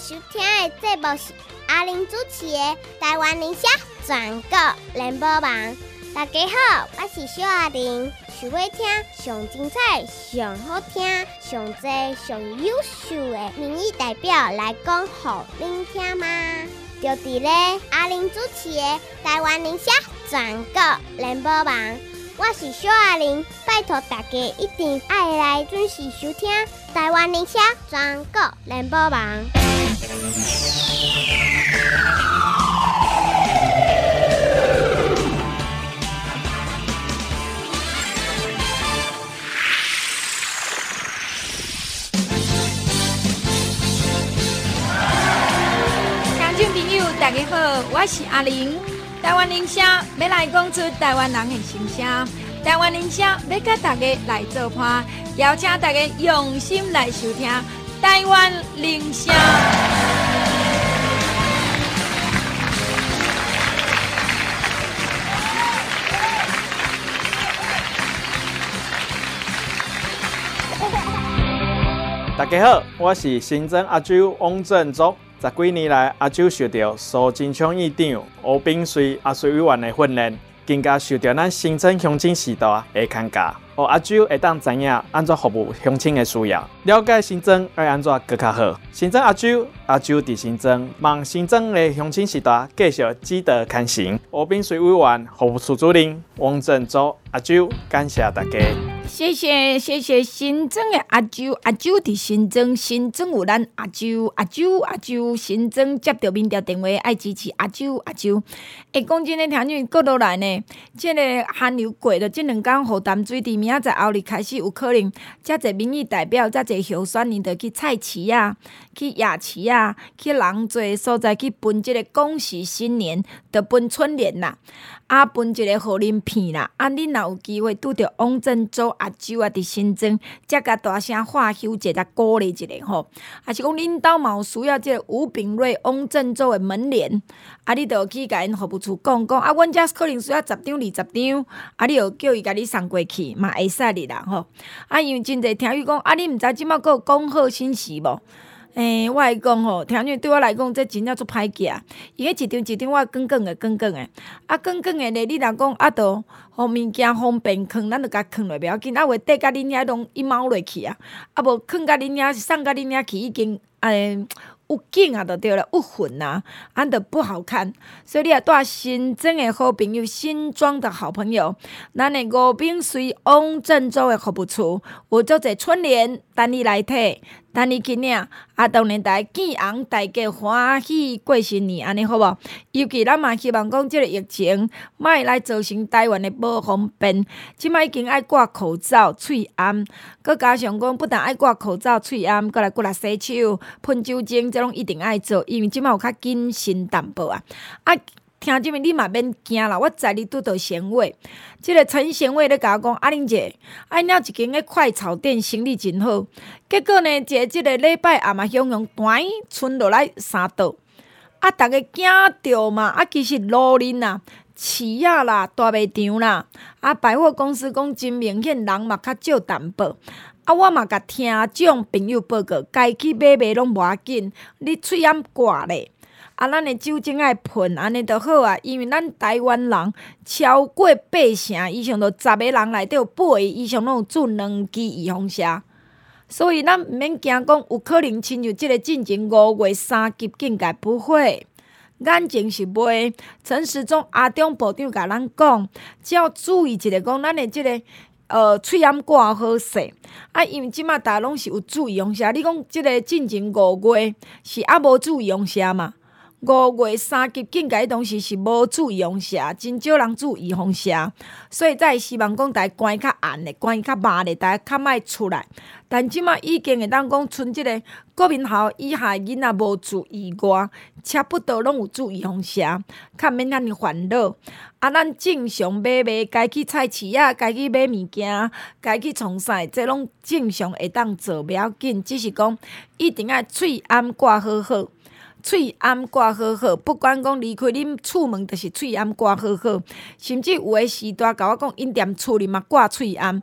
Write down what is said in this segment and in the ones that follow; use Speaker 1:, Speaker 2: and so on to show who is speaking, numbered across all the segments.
Speaker 1: 收听的节目是阿玲主持的台湾宁夏全国联播网。大家好，我是小阿玲，想要听上精彩、上好听、上多、上优秀的民意代表来讲予您听吗？就伫咧阿玲主持的台湾宁夏全国联播网。我是小阿玲，拜托大家一定要来准时收听台湾宁夏全国联播网。
Speaker 2: 听众朋友，大家好，我是阿玲。台湾宁夏要来讲出台湾人的心声，台湾宁夏要甲大家来做伴，邀请大家用心来收听台湾宁夏。
Speaker 3: 大家好，我是新增阿周王振祖。十几年来，阿周受到苏贞昌议长吴秉绥阿水委员的训练，更加受到咱新增乡亲时代的看教，互阿周会当知影安怎服务乡亲的需要，了解新增要安怎更较好。新增阿周伫新增，望新增的乡亲时代继续指导牵行。吴秉绥委员、服务处主任王振祖阿周，感谢大家。
Speaker 2: 谢谢新增的阿周伫新增有咱阿周，新增接到民调电话爱支持阿周。会讲真诶，听众过落来呢，即个寒流过了，即2天雨淡水地，明仔载后日开始有可能，遮侪民意代表、遮侪候选人，就去菜市啊、去夜市啊、去人侪所在去分即个恭喜新年，就分春联啦。分一个互恁片啦，恁若有机会拄着王振祖阿周伫新庄，则甲大声话休一下，鼓励一下吼。还是讲恁兜嘛有需要即个吴秉叡、王振祖的门帘，你就去甲因服务处讲，阮遮可能需要10张、20张，你就叫伊甲你送过去，嘛会使哩啦吼。因为真侪听伊讲，你毋知即摆佫有讲好信息无？我会讲吼，听众对我来讲，这真正足歹行。伊迄一张我卷的，卷的咧，你若讲就互物件方便囥，咱就甲囥落袂要紧。话缀甲恁遐拢一猫落去啊，无囥甲恁遐送甲恁遐去已经有景啊，就对了，有混啊，就不好看。所以你也带新增的好朋友，新庄的好朋友，咱的吴秉绥、王振祖的服务处，有足侪春联等你来摕，等你去领。当然大家见红，大家欢喜过新年，安尼好无？尤其咱嘛希望讲，即个疫情莫来造成台湾的无方便。即摆已经爱挂口罩、喙暗，佮加上讲不但爱挂口罩、喙暗，佮来洗手、喷酒精。这拢一定爱做，因为即摆有较谨慎淡薄啊。听这边你嘛免惊啦，我知你拄到闲话。即个陈贤伟咧甲我讲，玲姐，了一间个快炒店生意真好。结果呢，即个礼拜暗嘛，汹涌弹春落来3度。逐个惊着嘛，其实路人啊、市仔啦、大卖场啦，百货公司讲真明显人嘛较少淡薄。我嘛甲听众朋友报告，该去买拢无要紧，你喙暗挂咧。咱的酒精爱喷，安尼就好啊。因为咱台湾人超过8成以上，就10个人内底有8个以上拢有注2剂预防针，所以咱毋免惊讲有可能亲像即个进前5月3级警戒不会。眼睛是袂，陈时中阿中部长甲咱讲，只要注意一下，讲咱的即个。喙暗挂好势因为即马大家拢是有注意防针，你讲即个进前5月是无注意防针嘛？5月3级警戒当时是无注意防针，真少人注意防针，所以才希望讲大家关较暗的、关较密的，大家较莫出来。但即马已经会当讲，剩即个国民校以下囡仔无注意外，差不多拢有注意防针，较免遐尼烦恼。咱正常买该去菜市啊，该去买物件，该去创啥，这拢正常会当做，袂要紧。只是讲一定要喙暗挂好好。喙暗挂好好，不管讲离开恁厝门，就是喙暗挂好好。甚至有诶时代甲我讲，因踮厝里嘛挂喙暗。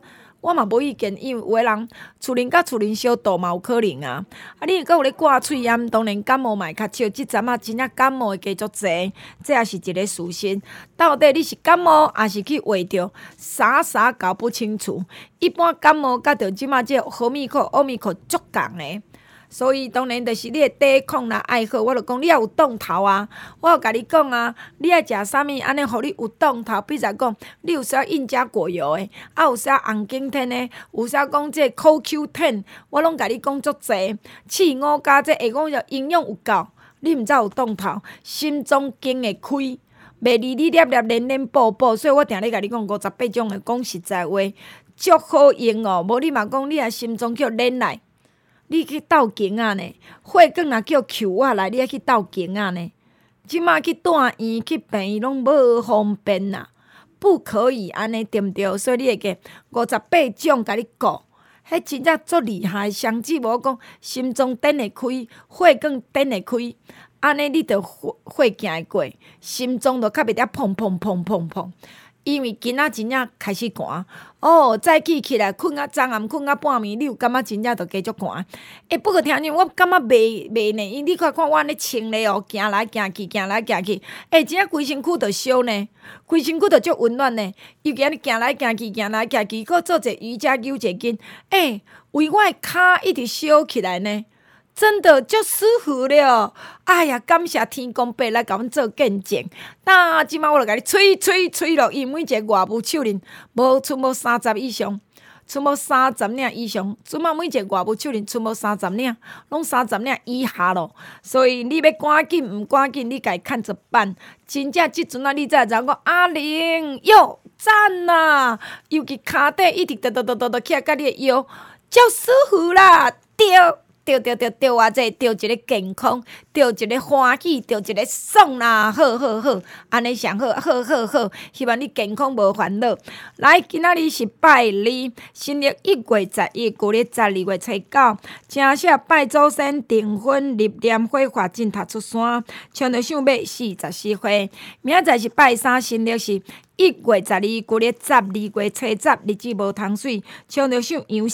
Speaker 2: 我嘛无意见，因为有的人厝邻甲厝邻相度嘛有可能啊。你如果有咧挂喙炎，当然感冒嘛会较少。即阵仔真正感冒的加足侪，这也是一个事实。到底你是感冒，还是去画着啥搞不清楚？一般感冒甲着即仔这欧米克足共的。所以当然就是你的抵抗力爱好，我就讲你要有动头啊！我有甲你讲啊，你爱食啥物，安尼互你有动头。比如讲，你有啥印加果油的，有啥红景天的，有啥讲这CoQ10，我拢甲你讲足济。刺五加这下讲着营养有够，你毋则有动头，心脏经会开，袂离你黏补补。所以我定咧甲你讲58种的，讲实在话，足好用哦。无你嘛讲，你若心脏叫黏来。你去斗经啊呢？血管若叫扣啊来，你还去斗经啊呢？即马去住院去病院拢无方便啦，不可以安尼对毋对？所以你会记58种甲你顾，迄真正足厉害。上至无讲心脏灯会开，血管灯会开，安尼你着血行会过，心脏着较袂得砰砰砰砰砰。因为今仔真正开始寒哦，早起来困啊，昨暗困啊半暝，你有感觉真正就加足寒。不过听见我感觉袂呢，因你看我安尼穿咧哦，行来行去，真正规身躯就烧呢，规身躯就足温暖呢。尤其安尼行来行去，搁做者瑜伽扭者筋，为我的骹一直烧起来呢。真的足舒服了，哎呀！感谢天公伯来甲阮做见证。即摆我就甲你吹落，因每一个外务手人无出无30以上，出无30领以上，即摆每一个外务手人出无30领，拢30领以下咯。所以你要赶紧，毋赶紧，你家看着办。真正即阵你才知影讲阿玲哟赞啦，尤其骹底一直倒起来，甲你的腰足舒服啦，对啊！这着一个健康，着一个欢喜，着一个爽啦！好，安尼上好，好！希望你健康无烦恼。来，今仔日是拜2，新历1月11，旧历12月初9，正式拜祖先订婚立念火化进塔出山，唱着想买44岁。明仔载是拜3，新历是1月12，旧历12月初10，日子无通水，唱着想养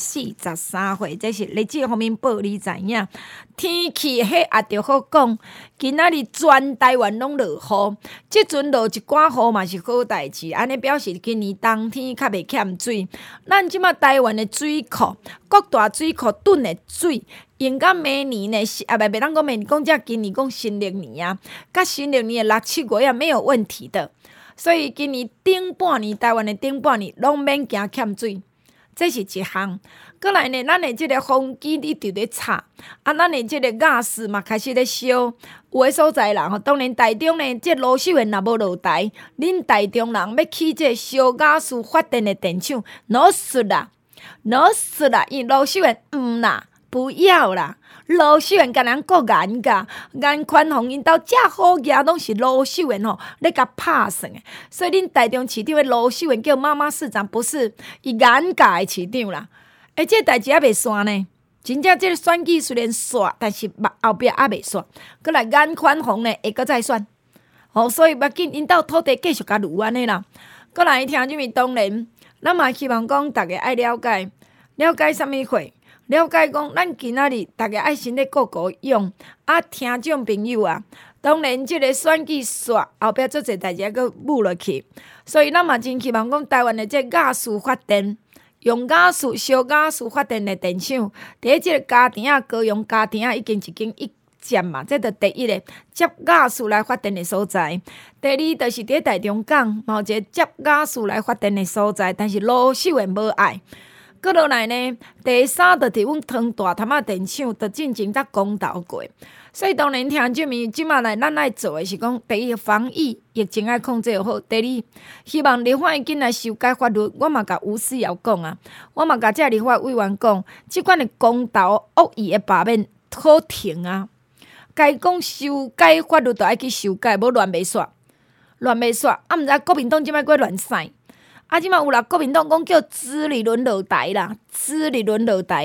Speaker 2: 43岁。这是日子方面报你知影。天气迄也着好讲，今仔日全台湾拢落雨，即阵落一寡雨嘛是好代志，安尼表示今年冬天较袂欠水。咱即马台湾的水库，各大水库囤的水，用到明年呢袂当讲明年，讲只今年讲新历年啊，甲新历年的6、7月也没有问题的。所以今年顶半年，台湾的顶半年拢免惊欠水，这是一项。过来呢，咱的即个风机你直咧插，咱的即个瓦斯嘛开始咧烧。有诶所在人吼，当然台中呢，即罗秀园若无落台，恁台中人要起即烧瓦斯发电的电厂，no事啦，因罗秀园啦，不要啦。罗秀园甲人国眼噶，眼宽宏因兜遮好嘢拢是罗秀园吼，咧甲拍算的。所以恁台中市长的罗秀园叫妈妈市长，不是伊眼界的市长啦。这代志还袂散呢，真正这个选举虽然散，但是后壁还袂散。过来眼宽宏呢，会搁再选。所以要紧，因兜土地继续甲撸安尼啦。过来听这面当然，咱嘛希望讲大家爱了解啥物货。了解讲，咱今仔日大家爱先咧顾用听众朋友啊，当然即个选举煞后壁做侪代志阁舞落去，所以咱嘛真希望讲台湾的这瓦斯发电，用瓦斯烧瓦斯发电的电厂，第一即个家庭高雄家庭已经一间一接嘛，这着第一个接瓦斯来发电的所在。第二就是伫台中港，嘛有一个接瓦斯来发电的所在，但是罗秀园无爱。过落来呢，第三就是阮汤大潭仔电厂，就进前才公道过。所以当然听即面即马来咱爱做的是讲，第一防疫疫情爱控制好，第二希望立法院紧来修改法律。我嘛甲吴思瑶讲啊，我嘛甲这立法委员讲，即款的公道恶意的罢免好停啊！该讲修改法律，就爱去修改，无乱袂煞。毋知国民党即摆过乱啥？即马有啦，国民党讲叫朱立伦落台啦，朱立伦要落台，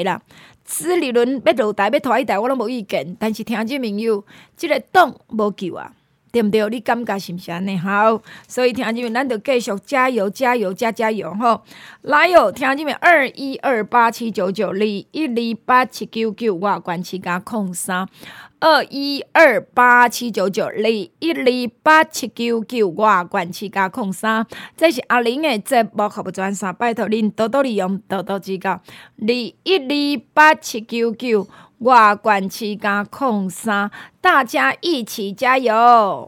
Speaker 2: 要拖去台，我拢无意见。但是听即朋友，即个党无救啊， 对不对？你感觉是不是安尼？好，所以听众们，咱就继续加油加油加油吼！来哟，听众们，21287992128799外关市加03，21287992128799外关市加03，这是阿玲的节目服务专线，拜托您多多利用，多多指教。21287992外关市加03，大家一起加油！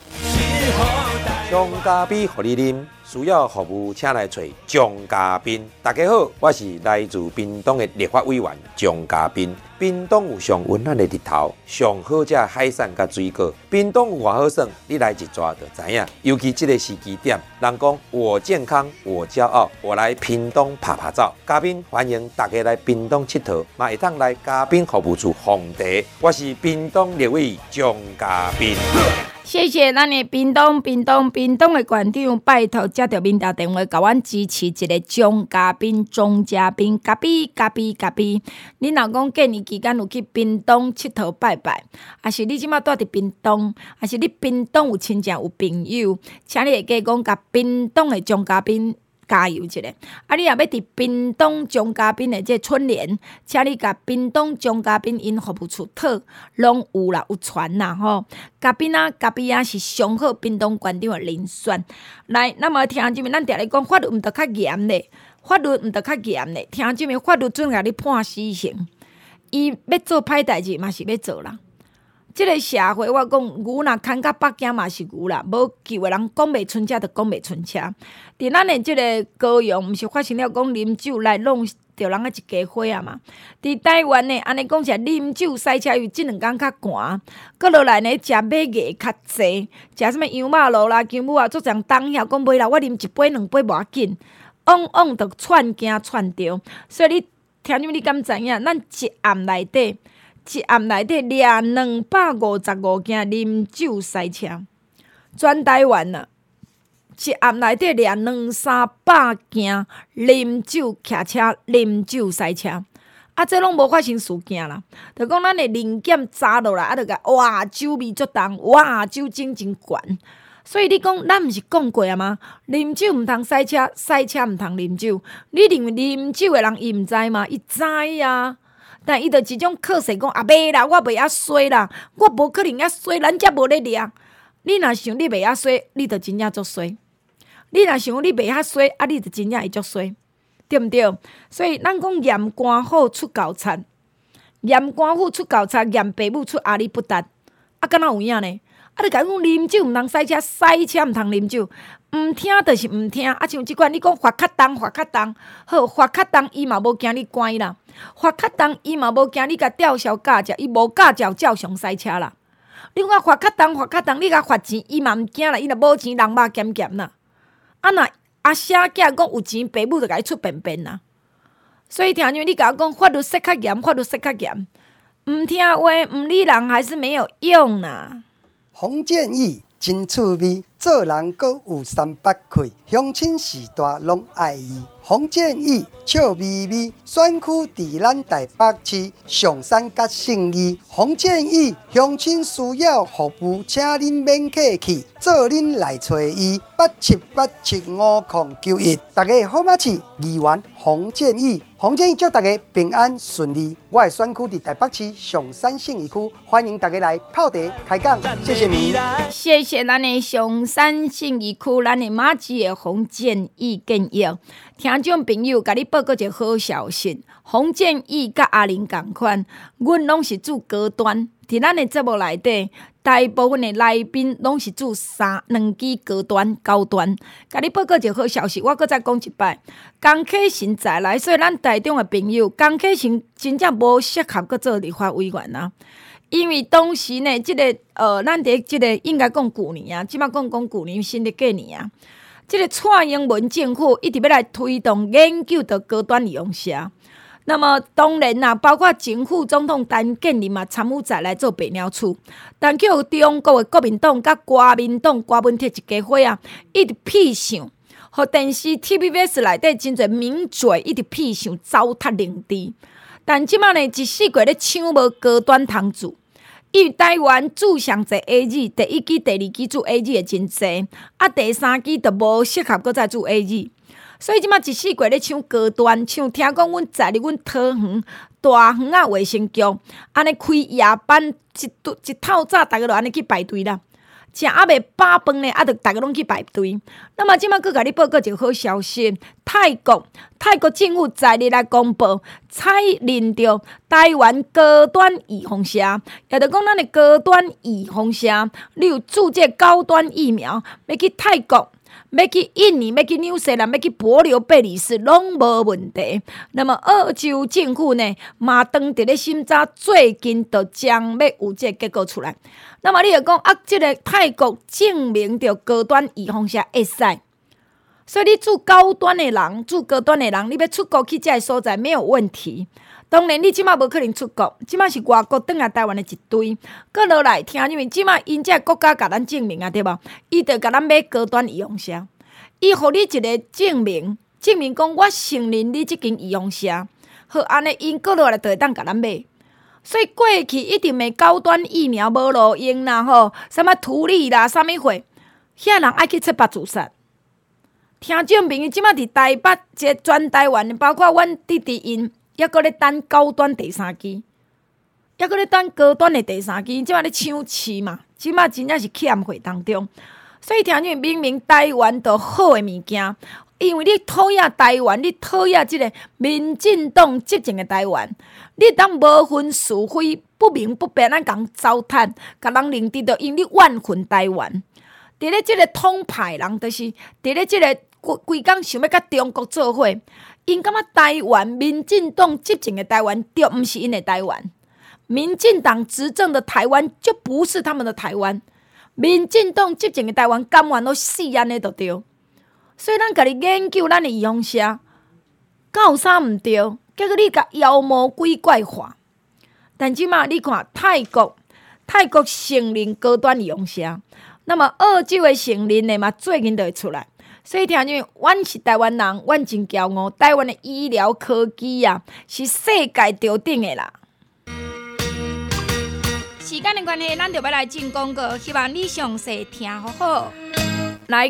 Speaker 4: 姜咖啡互你啉，需要服务请来找姜咖啡。大家好，我是来自屏东的立法委员姜咖啡。屏东有上温暖的日头，上好食海产甲水果。屏东有偌好耍，你来一抓就知影。尤其这个时机点，人讲我健康我骄傲，我来屏东拍拍照。嘉宾欢迎大家来屏东佚佗，嘛会当来嘉宾服务处奉茶。我是屏东立委姜咖啡。
Speaker 2: 谢谢咱的屏东的馆长，拜托接到民调电话，甲阮支持一个钟嘉宾，咖啡。恁若讲过年期间有去屏东佚佗拜拜，还是你即马住伫屏东，还是你屏东有亲戚有朋友，请你会记讲甲屏东的钟嘉宾加油一下！啊，你若要伫屏东钟嘉宾的这春联，请你甲屏东钟嘉宾因服务处讨，拢有啦，有传啦吼。嘉宾啊是上好屏东县长的人选。来，那么听众们，咱定咧讲法律毋得较严咧，听众们，法律准甲你判死刑，伊要做歹代志嘛是要做啦。即个社会，我讲牛若牵到北京嘛是牛啦，无救的人讲袂出车就讲袂出车。伫咱的即个高雄，毋是发生了讲啉酒来弄着人一家伙啊嘛。伫台湾呢，安尼讲是啉酒塞车，因即两工较寒，搁落来呢食马艺较济，食什么羊肉炉啦、姜母啊，做人当遐讲袂啦，我啉一杯两杯无要紧，往就窜惊窜着。所以你听你敢知影？咱一暗内底掠255件啉酒塞车，全台湾啊，一暗内底掠200-300件啉酒骑车、啉酒塞车，啊，这拢无发生事件啦。就讲咱的零检查落来，啊，就甲哇酒味足重，哇酒精真悬。所以你讲，咱毋是讲过啊吗？啉酒毋通塞车，塞车毋通啉酒。你认为啉酒的人伊毋知吗？伊知啊。但伊就一种靠势讲，袂啦，我袂晓衰啦，我无可能遐衰，咱才无咧掠。你若想你袂晓衰，你就真正足衰；你若想你袂晓衰，啊，你就真正会足衰，对毋对？所以咱讲验官好出高贼，验官府出高贼，验爸母出阿里不达，啊，敢若有影呢？啊，你甲讲啉酒毋通塞车，塞车毋通啉酒，毋听就是毋听。啊，像即款你讲罚较重，好，罚较重，伊嘛无惊你关啦。罚较重，伊嘛无惊你甲吊销驾照，伊无驾照照常塞车啦。你讲罚较重，你甲罚钱，伊嘛毋惊啦，伊若无钱，人肉咸啦。啊，若阿写囝讲有钱，爸母就甲伊出便便啦。所以听你甲我讲法律说较严，毋听话，毋理人还是没有用啦。
Speaker 5: 洪建义真趣味，做人阁有300块，乡亲时代拢爱伊。洪建义笑眯眯，选区伫咱台北市上山甲信义。洪建义乡亲需要服务，请恁免客气，做恁来找伊87875091。大家好，我是议员洪建义。洪建义祝大家平安顺利。我的选区伫台北市上山信义区，欢迎大家来泡茶开讲，谢谢你。
Speaker 2: 谢谢咱的上山信义区，咱的马子的洪建义建议。听众朋友，甲你报告一个好消息，洪建义甲阿玲同款，阮拢是住高端。伫咱的节目内底，大部分的来宾拢是住2支高端。甲你报告一个好消息，我搁再讲一摆，江启臣再来，所以咱台中的朋友，江启臣真正无适合搁做立法委员啊。因为当时呢，咱伫即个应该讲旧年啊，即摆讲旧年新的过年啊。这个蔡英文政府一直要来推动研究的高端利用者，那么当然啦，包括前副总统陈建仁嘛参与再来做白鸟处，但叫中国的国民党甲国民党郭文铁一家伙啊，一直屁想，互电视 TVBS 内底真侪名嘴一直屁想糟蹋凌迟，但即马呢一四月咧抢无高端通住。 因为台湾注上侪 A 字，第一支、第二支注 A 字的真侪，第三支就无适合搁再注 A 字。所以即马一四季咧唱歌段，听讲阮在哩阮桃园大园啊卫生局，安尼开夜班一透早，逐个就安尼去排队啦。食还袂饱饭咧，就逐个拢去排队。那么即马佫甲你报告一个好消息，泰国政府在日来公布，采认着台湾高端预防社，也著讲咱的高端预防社，你有注这高端疫苗，要去泰国。要去印尼，要去纽西兰，要去帛琉、贝里斯，拢无问题。那么澳洲政府呢，嘛当伫咧审查，最近就将要有这结果出来。那么你就讲这个泰国证明着高端预防社会使，所以你做高端的人，你要出国去这个所在没有问题。当然，你即马无可能出国，即马是外国转来台湾的一堆，搁落来听，因为即马因这国家甲咱证明啊，对无？伊就甲咱买高端预防社，伊互你一个证明讲我承认你即间预防社，好安尼因搁落来就会当甲咱买。所以过去一定的高端疫苗无路用啦吼，什么图利啦，什么货，遐人爱去切腹自杀。听众朋友，即马伫台北，即全台湾，包括阮弟弟因。抑搁咧等高端第三支，抑搁咧等高端的第三支，即马咧抢市嘛，即马真正是欠货当中。所以听见明明台湾都好的物件，因为你讨厌台湾，你讨厌即个民进党执政的台湾，你当无分是非、不明不白，咱讲糟蹋，甲人认知到，因你怨恨台湾。伫咧即个统派人，就是伫咧即个规工想要甲中国做伙。因感觉台湾民进党执政的台湾就不是因的台湾，民进党执政的台湾就不是他们的台湾，民进党执政的台湾甘愿都死安尼就对。所以咱家己研究咱的预防社，到啥毋对，结果你甲妖魔鬼怪化。但即马你看泰国承认高端预防社，那么澳洲的承认的嘛，最近就会出来。所以听见，阮是台湾人，阮真骄傲。台湾的医疗科技啊，是世界顶顶的啦。时间的关系，咱就要来进广告，希望你详细听好好。来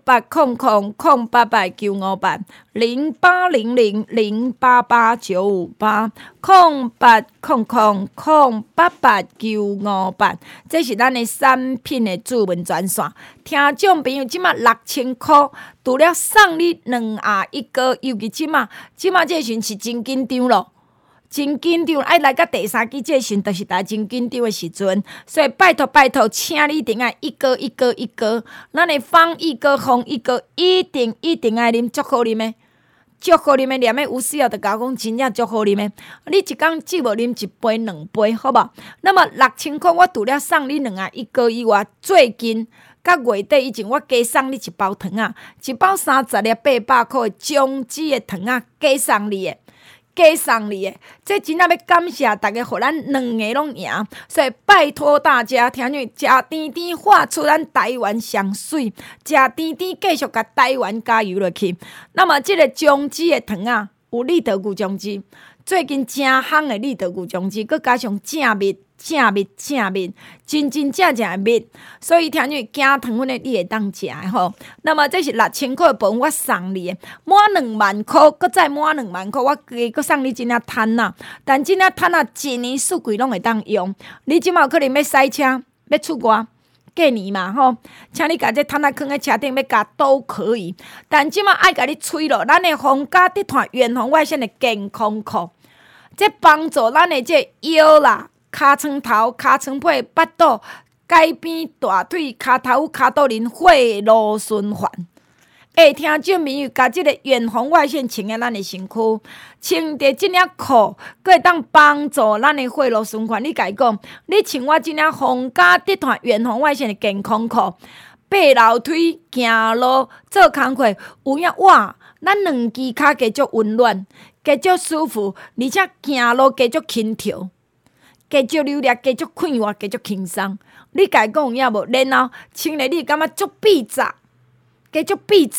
Speaker 2: 0800-088-958，0800-088-958，这是咱的产品的主文专线。听众朋友，即马6000块，除了送你2盒1个，尤其即马这时是真紧张咯。真紧张，爱来到第三季这时，就是来真紧张的时阵，所以拜托，请你一定爱一哥，咱的防疫哥、防疫哥一定爱啉，足好啉的，念的有需要就甲我讲，真正足好啉的。你一工只无啉1杯2杯，好无？那么6000块，我除了送你2盒1个以外，最近到月底以前，我加送你一包糖啊，一包30粒800块的姜子的糖啊，加送你的。这真正要感谢大家，互咱2个拢赢，所以拜托大家，听见食甜甜画出咱台湾上水，食甜甜继续甲台湾加油落去。那么这个姜子的糖啊，有利德牛姜子，最近真夯的利德牛姜子，佮加上正蜜，真正的蜜，所以听见加糖分的你会当食的吼。那么这是6000块的部分，我送你的，满2万块，佮再满2万块，我加佮送你真仔摊啊。但真仔摊啊，一年四季拢会当用。你即马有可能要驶车，要出国。过年嘛吼，请你把这摊仔放在车顶要加都可以。但即马爱甲你吹咯，咱的皇家集团远红外线的健康裤，这帮助咱的这腰啦。尻川头、尻川背、腹肚、改变大腿、骹头、骹肚仁、血路循环。听众朋友，甲即个远红外线穿在咱的身躯，穿着即领裤，佫会当帮助咱的血路循环。你家讲，你穿我即领皇家集团远红外线的健康裤，爬楼梯、行路、做工课，有影哇，咱2支骹加足温暖，加足舒服，而且行路加足轻跳。加足流力，加足快活，加足轻松。你家讲有影无？然后穿咧你感觉足闭杂，加足闭杂，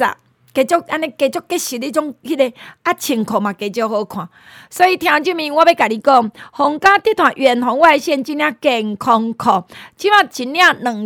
Speaker 2: 继续安尼继续结实迄种迄个穿裤嘛继续好看。所以听即面我要甲你讲，皇家集团远红外线即领健康裤，即马一领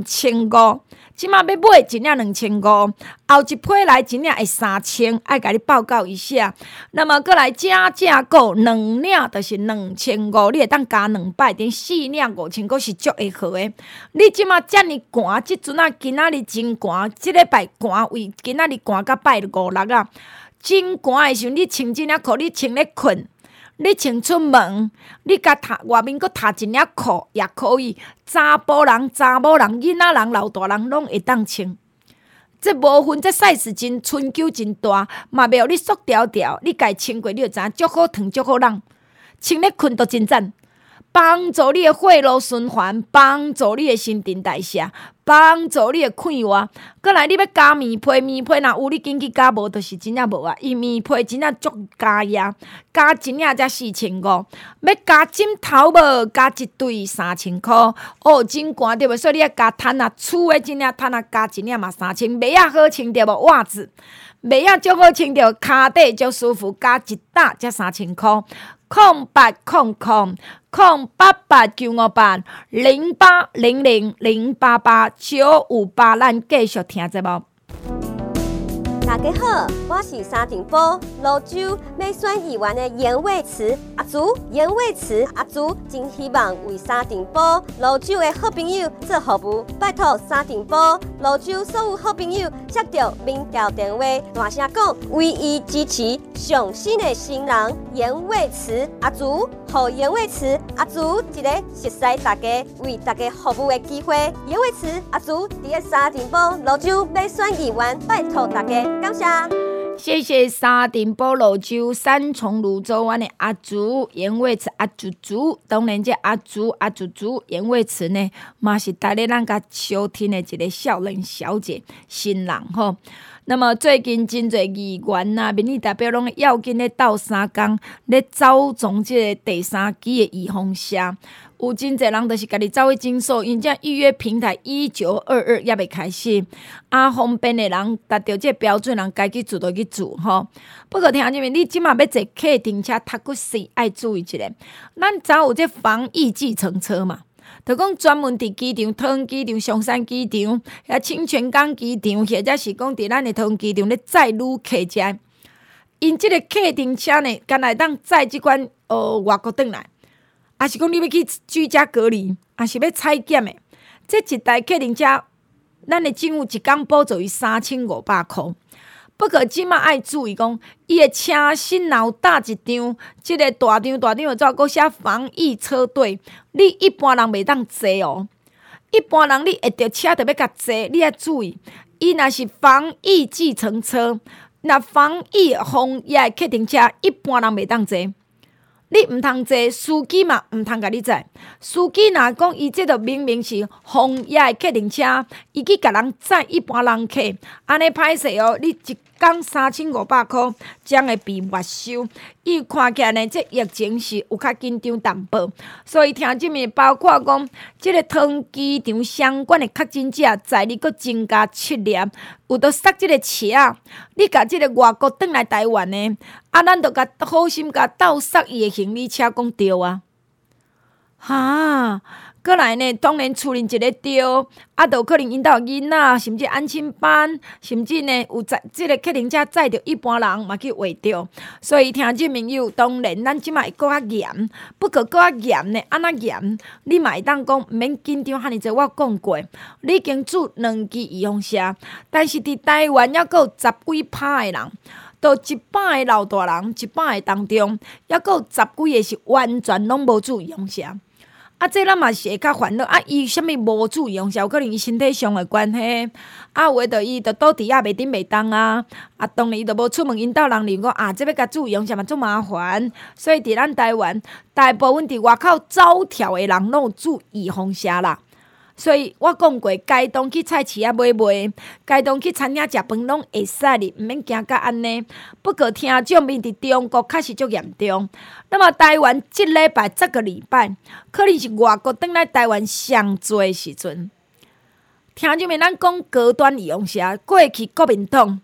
Speaker 2: 2500，即马要买一领2500，后一批来一领会3000，爱甲你报告一下。那么过来加价购2领就是2500，你会当加200，等4领5500是足会好诶。你即马遮尔寒，即阵啊今仔日真寒，即礼拜寒为今仔日寒到拜5、6啊，真寒诶时阵，你穿即领裤，你穿咧困。你穿出门，你甲外面搁搭一领裤也可以。查甫人、囡仔人、老大人拢会当穿。这无分这 size 真春秋真大，嘛袂互你缩条条。你家穿过，你就知影足好烫、足好冷。穿咧困都真赞，帮助你的血路循环，帮助你的新陈代谢，帮助你的快活。过来，你要加棉被，棉被若有你紧去加，无就是真正无啊。伊棉被真正足加压，加一领才4500，要加枕头无？加一对3000块。哦，真寒对无？所以你要加毯啊，厝的真领毯啊，加一领嘛3000，袜仔好穿对无？袜子袜仔足好穿着，骹底足舒服，加一搭才3000块。0800-088-0800-088-958，咱继续听节目。
Speaker 6: 大家好，我是沙尘暴泸州美选议员的严伟慈阿祖，严伟慈阿祖真希望为沙尘暴泸州的好朋友做服务，拜托沙尘暴泸州所有好朋友接到民调电话，大声讲唯一支持上新的新人严伟慈阿祖，互严伟慈阿祖一个熟悉大家、为大家服务的机会。严伟慈阿祖伫个沙尘暴泸州美选议员，拜托大家。感谢，
Speaker 2: 谢谢沙尘暴泸州三重泸州湾的阿祖严伟慈阿祖，当然这阿祖严伟慈呢，嘛是带咧咱甲收听的一个少年小姐新人吼。那么最近真侪议员啊、民意代表拢要紧咧斗三工，咧走总这个第三期的预防射。有真侪人就是家己走去诊所，因这预约平台1922也未开始，方便的人达到这标准人该去做就去做吼。不过听入面，你即马要坐客停车读骨死，爱注意一下，咱早有这防疫计程车嘛。就讲专门伫机场、桃园机场、松山机场、清泉港机场，或者是讲伫咱的桃园机场咧载旅客遮，因即个客停车呢，敢来当载即款外国转来。还是讲你要去居家隔离，还是要采检的？这一台客停车，咱的政府一工补助伊3500块。不过即马爱注意讲，伊的车身若有搭一张，即个大张就怎搁写防疫车队，你一般人袂当坐哦。一般人你会着车着要甲坐，你要注意，伊若是防疫计程车，若防疫防疫的客停车，一般人袂当坐。你毋通坐，司机嘛毋通甲你载。司机若讲伊这个明明是防疫的客停车，伊去甲人载一般人客，安尼歹势哦！你一工3500块，将会被没收。伊看起来呢，这疫情是有较紧张淡薄，所以听即面包括讲，这个桃园机场相关的确诊者在日佫增加7例，有着塞这个车啊！你甲这个外国转来台湾呢，咱着甲好心甲倒塞伊的行李车，讲对啊！哈，过来呢，当然处理一个对，就可能引导囡仔，甚至安亲班，甚至呢有载这个客停车载着一般人嘛去画着，所以听众朋友，当然咱即摆会搁较严，不过搁较严呢，安那严，你嘛会当讲毋免紧张遐尼济，我讲过，你已经注2剂预防射，但是伫台湾还佫有10几趴的人。都100个老大人，100个当中，还佫有10几个是完全拢无注意预防射。这咱嘛是会较烦恼。伊啥物无注意预防射，有可能伊身体上的关系。有诶，伊就倒伫袂顶袂当啊。当然伊就无出门引导人入讲这要甲注意预防射嘛，足麻烦。所以伫咱台湾，大部分伫外口走跳诶人拢有注意预防射啦。所以我讲过，该当去菜市啊买卖，该当去餐厅食饭拢会使哩，毋免惊甲安尼。不过听众面伫中国确实足严重。那么台湾即礼拜10个礼拜，可能是外国转来台湾上多的时阵。听众面咱讲高端预防射，过去国民党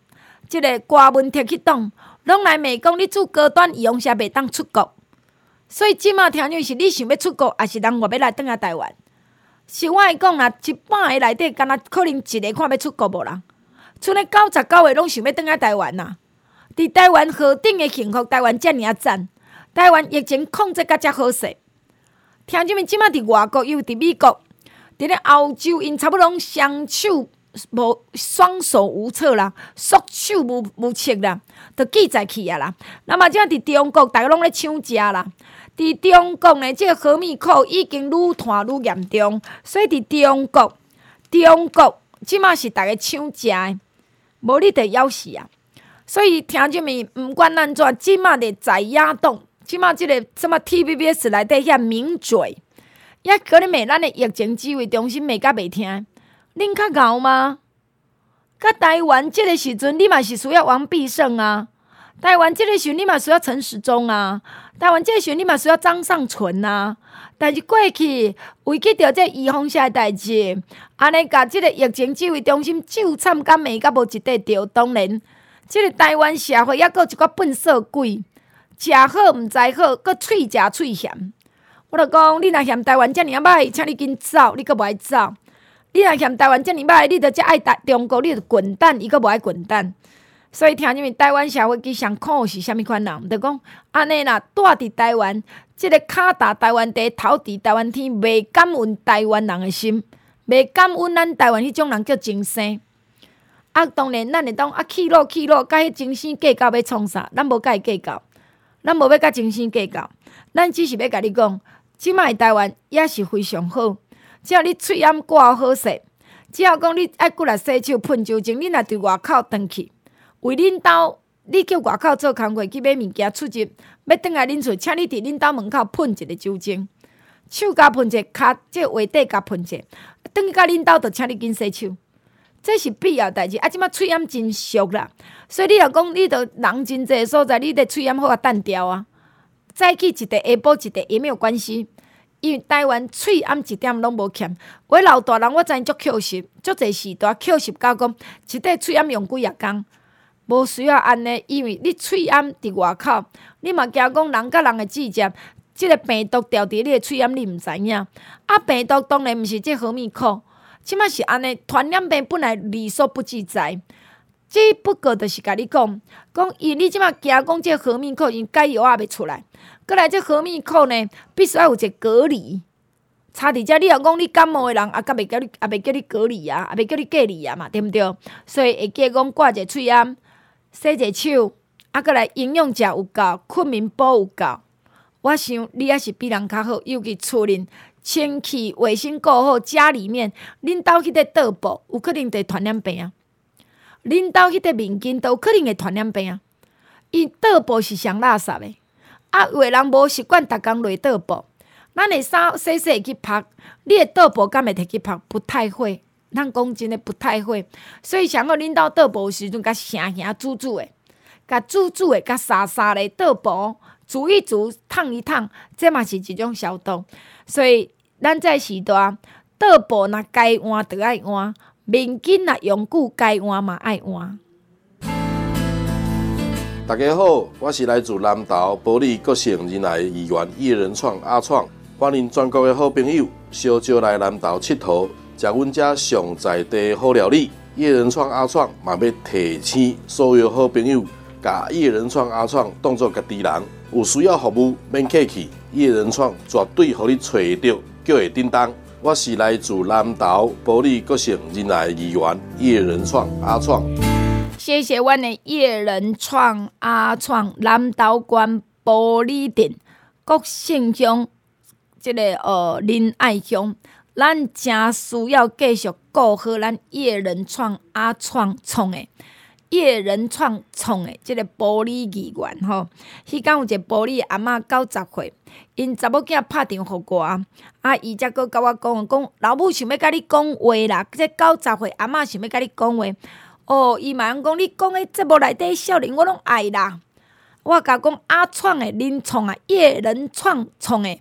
Speaker 2: 即个歌文摕去挡，拢来骂讲你做高端医用车袂当出国。所以即马听讲是你想要出国，还是人外要来转来台湾？是我会讲啦，一半个内底，敢若可能一个看要出国无人，剩咧99个拢想要转来台湾呐。伫台湾河顶的幸福，台湾遮尔啊赞，台湾疫情控制甲遮好势。听众们，即马伫外国，又伫美国，伫咧欧洲，因差不多拢双手无策啦，束手无策啦，就记在去啊啦。那么即马伫中国，大家拢咧抢食啦。伫中国呢，即个河面口已经愈拖愈严重，所以伫中国即马是大家抢食的，无你得枵死啊！所以听众们，毋管安怎，即马的在野党，即马即个什么 TVBS 内底遐名嘴，也可能骂咱的疫情指挥中心骂甲袂听，恁较敖吗？甲台湾即个时阵，你嘛是需要王必胜啊！台湾即个时阵，你嘛需要陈时中啊！台湾即个时阵，你嘛需要张尚存啊！但是过去为去着这预防下的代志，安尼甲即个疫情指挥中心就惨甲骂甲无一块着。当然，即个台湾社会抑阁一寡笨色鬼，食好毋知好，阁喙食喙嫌。我著讲，你若嫌台湾遮尔啊歹，请你紧走，你阁无爱走。你若嫌台湾遮尔歹，你著遮爱中国，你著滚蛋，伊阁无爱滚蛋。所以听入面，台湾社会其上苦是啥物款人？著讲安尼啦，住伫台湾，即个脚踏台湾地，头伫台湾天，袂感恩台湾人的心，袂感恩咱台湾迄种人叫精生。啊，当然咱会当气落，甲迄精生计较要创啥？咱无甲伊计较，咱无要甲精生计较，咱只是要甲你讲，即摆台湾也是非常好，只要你喙掩挂好势，只要讲你爱过来洗手喷酒精，你若伫外口转去。为恁兜，你叫外口做工课去买物件出入，要转来恁厝，请你伫恁兜门口喷一个酒精，手甲喷者，骹即个鞋底甲喷者，转去到恁兜，就请你紧洗手，这是必要代志。啊，即摆喙掩真俗啦，所以你若讲你着人真济所在，你得喙掩好啊单调啊。早起一块，下晡一块也没有关系，因为台湾喙掩一点拢无欠。我老大人我知足扣实，足济时代扣实到讲一块喙掩用几啊工。无需要安尼，因为你喙掩伫外口，你嘛惊讲人甲人的直接，即个病毒掉伫你的喙掩，你毋知影。啊，病毒当然毋是即河面口，即摆是安尼，传染病本来无所不在，只不过就是甲你讲，因你即摆惊讲即河面口因解药也袂出来，过来即河面口呢，必须要有一个隔离。差伫遮，你若讲你感冒的人，甲袂叫你隔离啊，袂叫你隔离啊嘛，对毋对？所以会记讲挂一个喙掩。洗者手，过来营养食有够，困眠补有够。我想你也是比人较好，尤其厝里清气卫生顾好，家里面恁兜迄个桌布有可能会传染病啊。恁兜迄个面巾都有可能会传染病啊。因桌布是上垃圾的，有的人无习惯逐工落桌布，咱的衫洗会去晒，你的桌布敢会摕去晒？不太会。咱讲真诶，不太会，所以上好恁兜桌布时阵，甲声煮诶，甲煮诶，甲沙咧桌布煮一煮，烫一烫，这嘛是一种消毒。所以咱在时代，桌布若该换就爱换，面巾若用久该换嘛爱换。
Speaker 7: 大家好，我是来自南投保利国姓仁爱议员叶仁创阿创，欢迎全国的好朋友小招来南投佚佗。食阮遮上在地好料理，叶仁创阿创嘛要提醒所有好朋友，甲叶仁创阿创当作家己人，有需要服务免客气，叶仁创绝对互你找到，叫会叮当。我是来自南投保利国姓仁爱议员叶仁创阿创。
Speaker 2: 谢谢阮的叶仁创阿创，南投县保利镇国姓乡，即个仁爱乡。咱真需要继续顾好咱叶仁创阿创创的叶仁创创的即个保利议员吼。迄天有一个保利阿嬷90岁，因查某囝拍电话互我，伊才阁甲我讲老母想要甲你讲话啦，即90岁阿嬷想要甲你讲话。伊嘛讲你讲的节目内底少年我拢爱啦。我甲讲阿创的仁创叶仁创创的。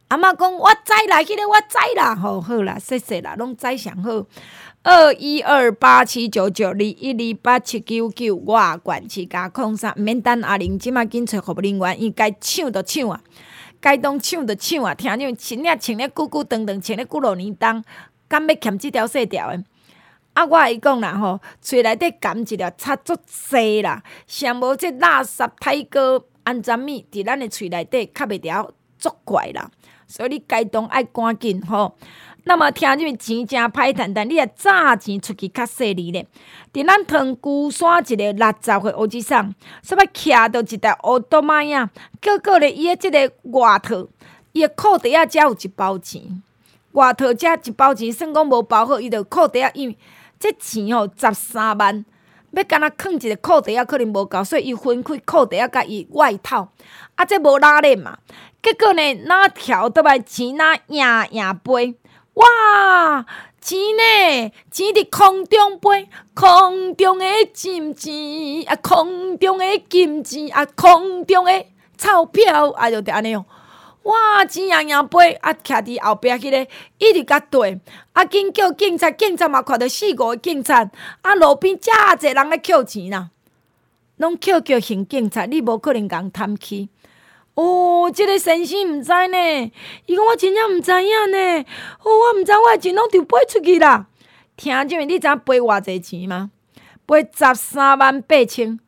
Speaker 2: 阿嬷讲我知啦，迄个我知啦，好啦，谢谢啦，拢知上好。212879921287999我管7加03，毋免等阿玲即马紧找服务人员，伊该抢就抢啊，该当抢就抢啊！听见穿了久久长长，穿了几落年冬，敢要欠即条细条的？啊，我甲伊讲啦吼，喙内底含一条插足细啦，上无即垃圾体膏安怎物伫咱的喙内底较袂条足怪啦，所以你该当爱赶紧吼。那么听见钱真歹趁，但你也早钱出去较细腻咧。伫咱塘孤山一个60岁乌子桑，煞要徛到一台奥多玛呀，结果咧伊的即个外套，伊的裤底仔只有一包钱，外套只一包钱，算讲无包好，伊就裤底仔因为这钱吼13万，要干那囥一个裤底仔可能无够，所以伊分开裤底仔甲伊外套，啊这无拉链嘛，结果呢哪跳倒来钱哪赢飞。哇！钱呢？钱伫空中飞，空中的金钱啊，空中的金钱啊，空中的钞票啊，就安尼哦。哇！钱赢飞啊，徛伫后壁迄个一直甲对，啊，紧叫警察，警察嘛看到4、5个警察，啊，路边遮侪人咧捡钱啦，拢捡刑警察，你无可能共贪去。哦，这个先生毋知呢，伊讲我真正毋知影呢。哦，我毋知我的钱拢就飞出去啦。听见你知影飞偌济钱吗？飞138000，138000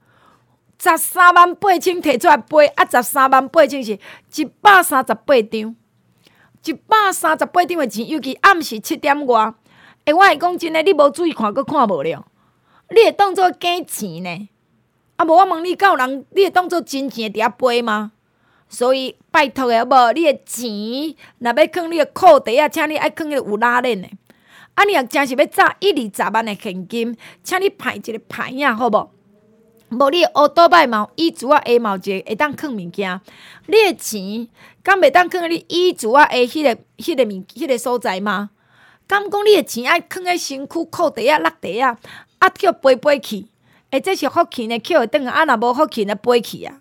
Speaker 2: 摕出来飞，啊，138000是138张，138张的钱，尤其暗时7点外。我会讲真诶，你无注意看，佫看无了，你会当作假钱呢？啊，无我问你，敢有人你会当作真钱伫遐飞吗？所以拜托的，无你的钱，若要囥你的裤底啊，请你爱囥迄个有拉链的。啊，你若真是要砸1-20万的现金，请你派一个牌啊，好无？无你的乌多摆嘛，椅子啊下嘛有一个会当囥物件。你的钱，敢袂当囥你椅子啊下迄个所在吗？敢讲你的钱爱囥喺身躯裤底啊、落地啊，啊叫飞去？这是福气呢，捡会转啊，若无福气呢，飞去啊。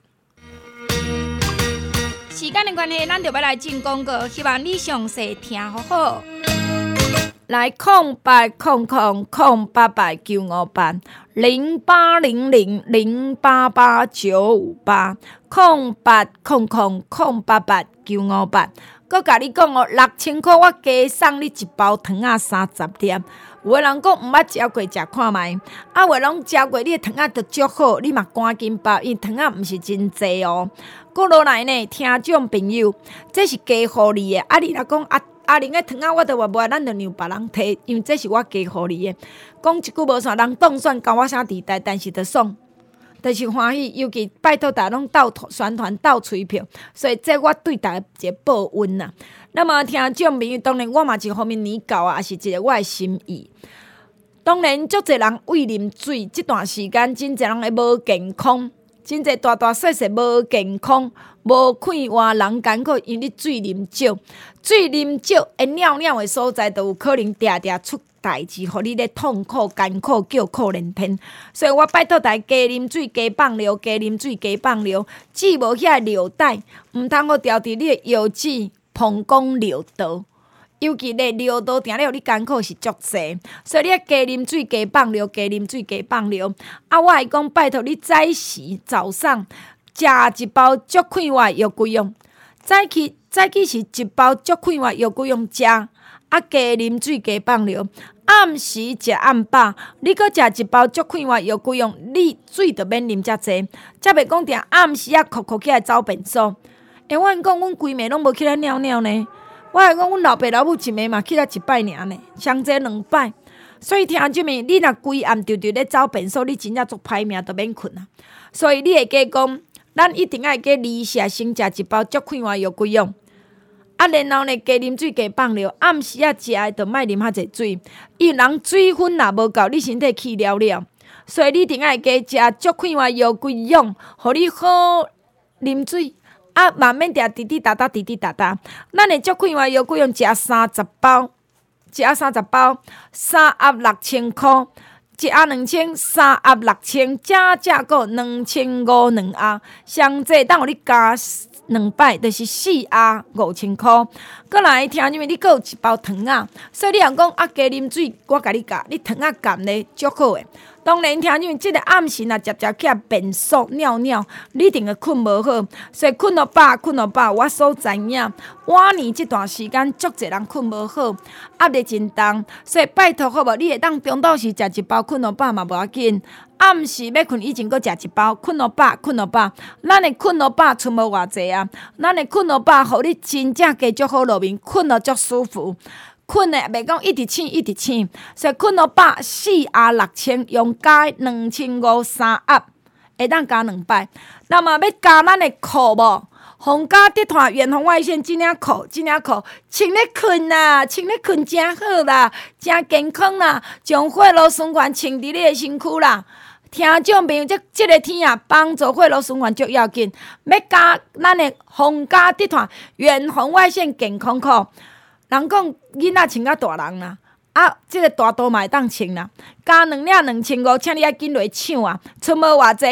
Speaker 2: 时间的关系，咱就要来进广告，希望你详细听好好。来0800088958，0800088958，0800088958。佮甲你讲哦，6000块我加送你一包糖仔30粒。有的人讲毋捌食过，食看卖。啊，有的人食过，你的糖仔就足好，你嘛赶紧包，因为糖仔毋是真济哦。过落来呢，听众朋友，这是加互你的。啊，你若讲阿玲的糖仔，我都话无，咱就让别人摕，因为这是我加互你的。讲一句无算，人当选交我啥地带，但是就爽。就是欢喜，尤其拜托大家拢斗宣传、斗吹票，所以这我对大家一个报恩呐。那么听众朋友，当然我嘛是方面年教啊，也是一个我的心意。当然，足侪人喂啉水，这段时间真侪人会无健康，真侪大大细细无健康，无快活，人艰苦，因为你水啉少，水啉少，会尿尿的所在，就有可能定定出代志，互你咧痛苦、艰苦、叫苦连天。所以我拜托大家加啉水、加放尿、加啉水、加放尿，只无遐尿袋，毋通好调伫你的腰子、膀胱、尿道。尤其咧尿道定了，你艰苦是足济，所以你要加啉水、加放尿、加啉水、加放尿。啊，我会讲拜托你早时早上食一包足快活药桂用，早起是一包足快活药桂用食，啊加啉水、加放尿。暗时食暗饱，你搁食一包足快活药桂用，你水就免啉遮济，才袂讲定暗时啊哭起来走便所。我讲阮规暝拢无起来尿尿呢。我会讲，阮老爸老母一暝嘛去了1摆尔呢，上济2摆。所以听即暝，你若规暗直咧走便所，你真正足歹命，都免困啊。所以你会加讲，咱一定爱加2下先食一包足快活药桂用。啊，然后呢，加啉水加放尿，暗时啊食的，就莫啉遐济水，因为人水分若无够，你身体去了了，所以你一定爱加食足快活药桂用，互你好啉水。啊，慢慢定滴滴答答，滴滴答答。咱的足快活药桂用食30包，一盒30包，3盒6000块，一盒2000，3盒6000，加个2500，2盒，上济当互你加 2摆，就是4盒5000块。过来听因为你还有一包糖啊，所以你若讲加啉水，我甲你教，你糖啊含咧足好诶。当然，听因为即个暗时若常起来便宿尿尿，你一定会困无好。所以困到饱，我所知影，往年即段时间足侪人困无好，压力真重。所以拜托好无，你会当中昼时食一包困到饱嘛无要紧。暗时要困以前，搁食一包困到饱。咱的困到饱剩无偌济啊，咱的困到饱，互你真正加足好落眠，困到足舒服。困的袂讲一直醒，所以困到饱4盒6000，用加2500盒，会当加2摆。那么要加咱的裤无？皇家集团远红外线真领裤，穿咧困啦，穿咧困真好啦，真健康啦，将血路循环穿伫你的身躯啦。听众朋友，即个天啊，帮助血路循环足要紧，要加咱的皇家集团远红外线健康裤。人讲囡仔穿甲大人啦，即个大肚嘛会当穿啦。加2领2500，请你爱紧来抢啊！剩无偌济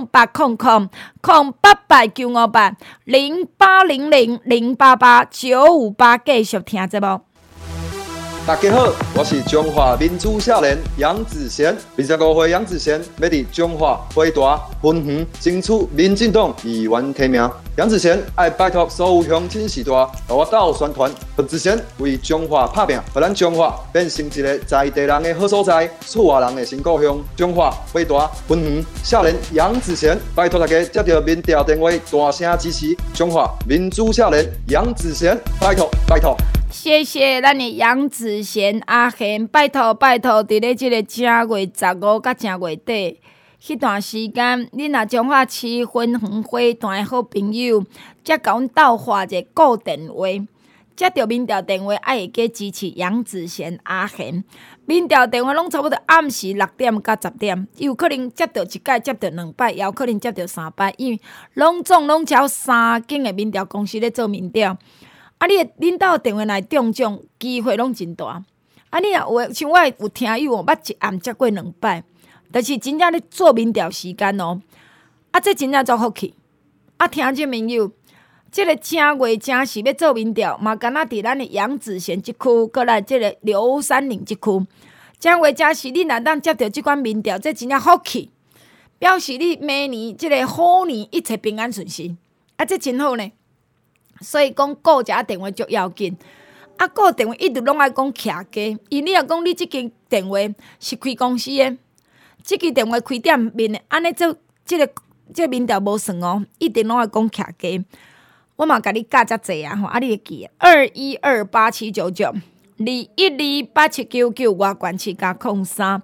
Speaker 2: ，0800-0800-088-958，继续听节目。
Speaker 8: 大家好，我是中华民主少年杨子贤。25岁杨子贤要伫中华回大分园争取民进党议员提名。杨子贤爱拜托所有乡亲时代，和我斗宣传，杨子贤为中华打拼，让咱中华变成一个在地人的好所在，厝外人的新故乡。中华回大分园少年杨子贤，拜托大家接到民调电话，大声支持中华民主少年杨子贤，拜托。
Speaker 2: 谢谢咱的杨子贤阿贤，拜托，伫咧即个正月15甲正月底迄段时间，恁若中华市分园花坛的好朋友，则甲阮斗画一个固电话，接到民调电话，爱会加支持杨子贤阿贤。民调电话拢差不多暗时6点到10点，有可能接到一摆，接到2摆，也有可能接到3摆，因为拢超3间的民调公司咧做民调。你的领导电话来中奖机会拢真大。你若有像我有听友捌一暗接过2摆，就是真正咧做民调时间哦。这真正足福气。听众朋友，即个正月正时要做民调，嘛敢若伫咱的杨子贤即区，搁来即个刘三林即区。正月正时，你若当接到即款民调，这真正福气，表示你明年即个虎年一切平安顺心。这真好呢。所以讲，顾一下电话足要紧。顾电话一直拢爱讲徛家，因你若讲你即间电话是开公司的，即支电话开店面的，安尼做即个民调无算哦，一定拢爱讲徛家。我嘛甲你教遮济啊，你会记21287799 2128799外关市加03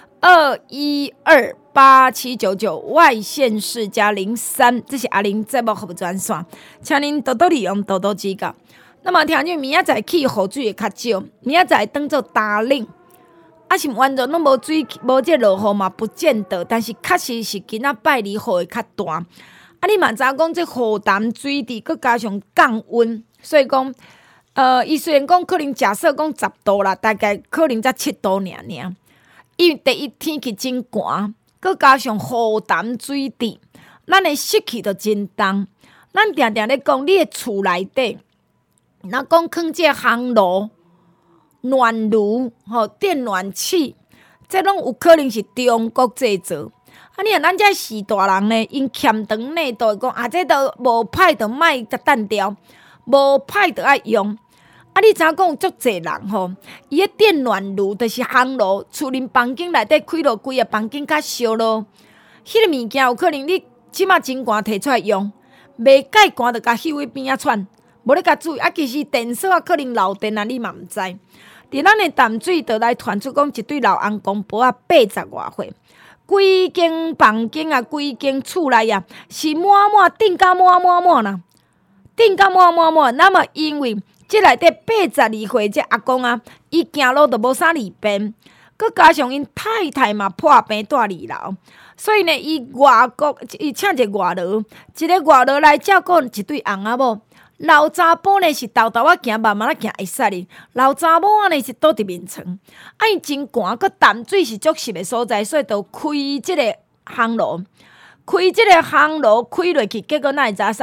Speaker 2: 2128799外县市加03，这是阿玲节目服务专线，请您多多利用，多多指教。那么听见明仔载起雨水会较少，明仔载当做打冷，是完全拢无水，无这落雨嘛不见得，但是确实是今仔拜日雨会较大。你嘛知影讲这雨淡水滴，佮加上降温，所以讲，伊虽然讲可能假设讲10度啦，大概可能才7度尔。因为第一天气真寒，佮加上雨淡水滴，咱的湿气就真重。咱定定咧讲，你的厝内底，若讲放这烘炉、暖炉、电暖器，这拢有可能是中国制造。你若咱这时大人呢，因欠长内度讲这都无歹，就莫等掉，无歹就爱用。你知影讲有足侪人伊个电暖炉就是烘炉，厝恁房间内底开落规个房间较烧咯。迄个物件有可能你即马真寒摕出来用，袂介寒就甲休喺边仔窜，无咧甲注意。其实电锁可能漏电你嘛毋知。伫咱的淡水就来传出讲一对老翁公婆80外岁，规间房间规间厝内是满顶甲满啦，顶甲满。那么因为即内底82岁这阿公伊行路都无啥利便，佮加上因太太嘛破病住2楼，所以呢，伊请一个外劳，一个外劳来照顾一对翁仔某。老查甫呢是豆行，慢慢行会使哩。老查某呢是倒伫眠床，因真寒，佮淡水是足湿的所在，所以就开即个烘炉。开落去，结果哪会知啥？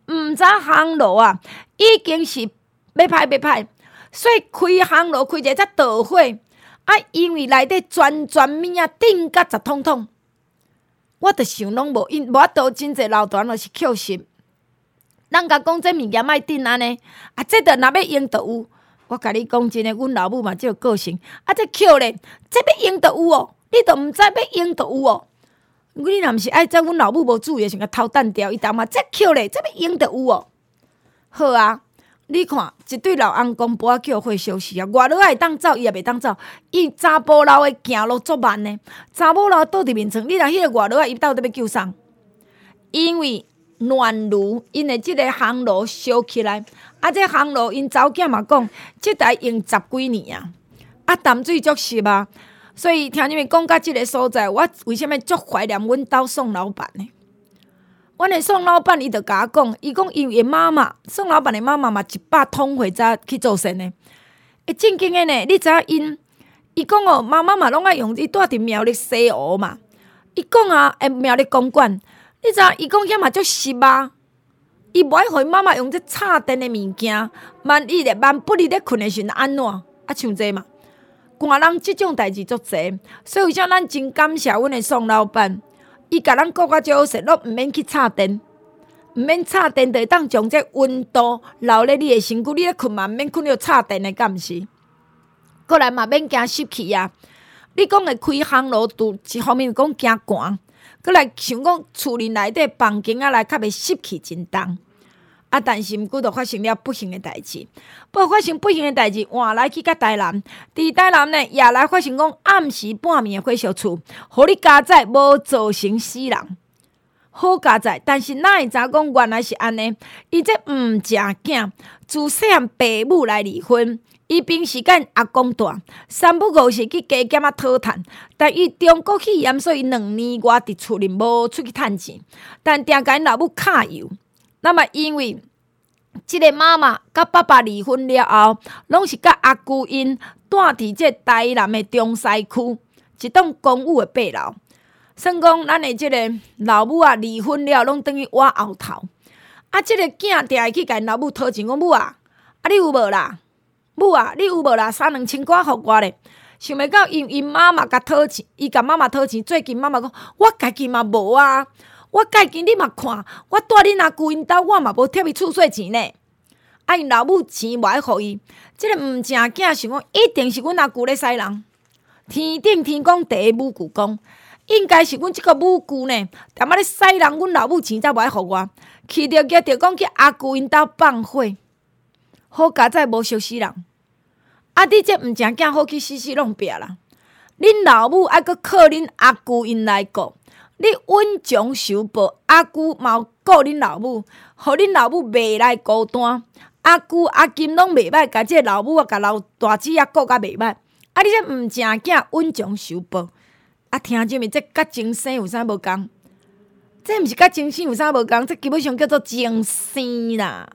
Speaker 2: 毋知航路啊，已经是要歹，所以开航路开者才导火，因为内底全物啊顶甲十通通，我着想拢无因，无法度真侪老大人是扣心。人甲讲这物件莫顶安尼，这着若要用着有。我甲你讲真诶，阮老母嘛即个个性，这扣咧，这要用着有哦，你着毋知要用着有哦。你若毋是爱在阮老母无注意，想甲偷弹掉，伊当嘛这扣咧，这要用着有哦。好啊，你看一对老翁公婆叫会休息啊，外落会当走，伊也袂当走，伊查甫老诶行路足慢呢，查某老倒伫面床，你若迄个外落伊到底要救啥？因为暖炉因的即个航炉烧起来，这航炉因查某囝嘛讲，即台用10几年淡水足湿啊，所以听你们讲到即个所在，我为什么足怀念阮兜宋老板呢？阮的宋老板伊就甲我讲，伊讲因为妈妈，宋老板的妈妈嘛100通岁才去做神的，正经的呢，你知影伊讲哦，妈妈嘛拢爱用伊住伫苗栗西湖嘛，伊讲苗栗公馆。你知伊讲遐嘛足湿啊！伊无爱互伊妈妈用这插电的物件，万不离咧困的时阵安怎？像这嘛，寒人即种代志足济，所以为啥咱真感谢阮的宋老板，伊甲咱顾较足好势，拢毋免去插电，毋免插电，就会当将这温度留咧你的身躯，你咧困嘛，毋免困了插电的，敢毋是？过来嘛免惊湿气啊！你讲的开航炉，一方面讲惊寒。过来想讲厝里内底房间内较袂湿气真重，但是毋过就发生了不幸的代志。发生不幸的代志，换来去到台南，伫台南呢也来发生讲暗时半暝的火烧厝，互你家在无造成死人。好家在，但是哪会知讲原来是安尼？伊这毋食囝，自细汉爸母来离婚。伊平时甲阿公住，三不五时去加减讨趁，但伊中国肺炎，所以2年外伫厝里无出去趁钱，但定甲因老母卡油。那么因为即个妈妈甲爸爸离婚了后，拢是甲阿姑因住伫这台南的中西区一栋公寓的8楼。算讲咱的即个老母离婚了，拢等于我后头。即个囝定会去甲因老母讨钱，讲母你有无啦？母你有无啦？3-2千块互我咧，想袂到因妈妈甲讨钱，伊甲妈妈讨钱。最近妈妈讲，我家己嘛无啊，我家己你嘛看，我住恁阿舅因兜，我嘛无贴伊厝税钱呢。因老母钱无爱互伊，即个毋正囝想讲，一定是阮阿舅咧使人。天顶天公地下母舅公，应该是阮即个母舅呢，踮咧使人，阮老母钱才无爱互我，去着举着讲去阿舅因兜放火。好家在无烧死人，你这毋正囝好去死弄壁啦！恁老母还阁靠恁阿舅因来顾，你稳将受报，阿舅嘛有顾恁老母，互恁老母袂来孤单。阿舅阿金拢袂歹，甲这老母甲老大姊顾甲袂歹。你这毋正囝稳将受报，听真咪这甲精生有啥无共？这毋是甲精生有啥无共？这基本上叫做精生啦。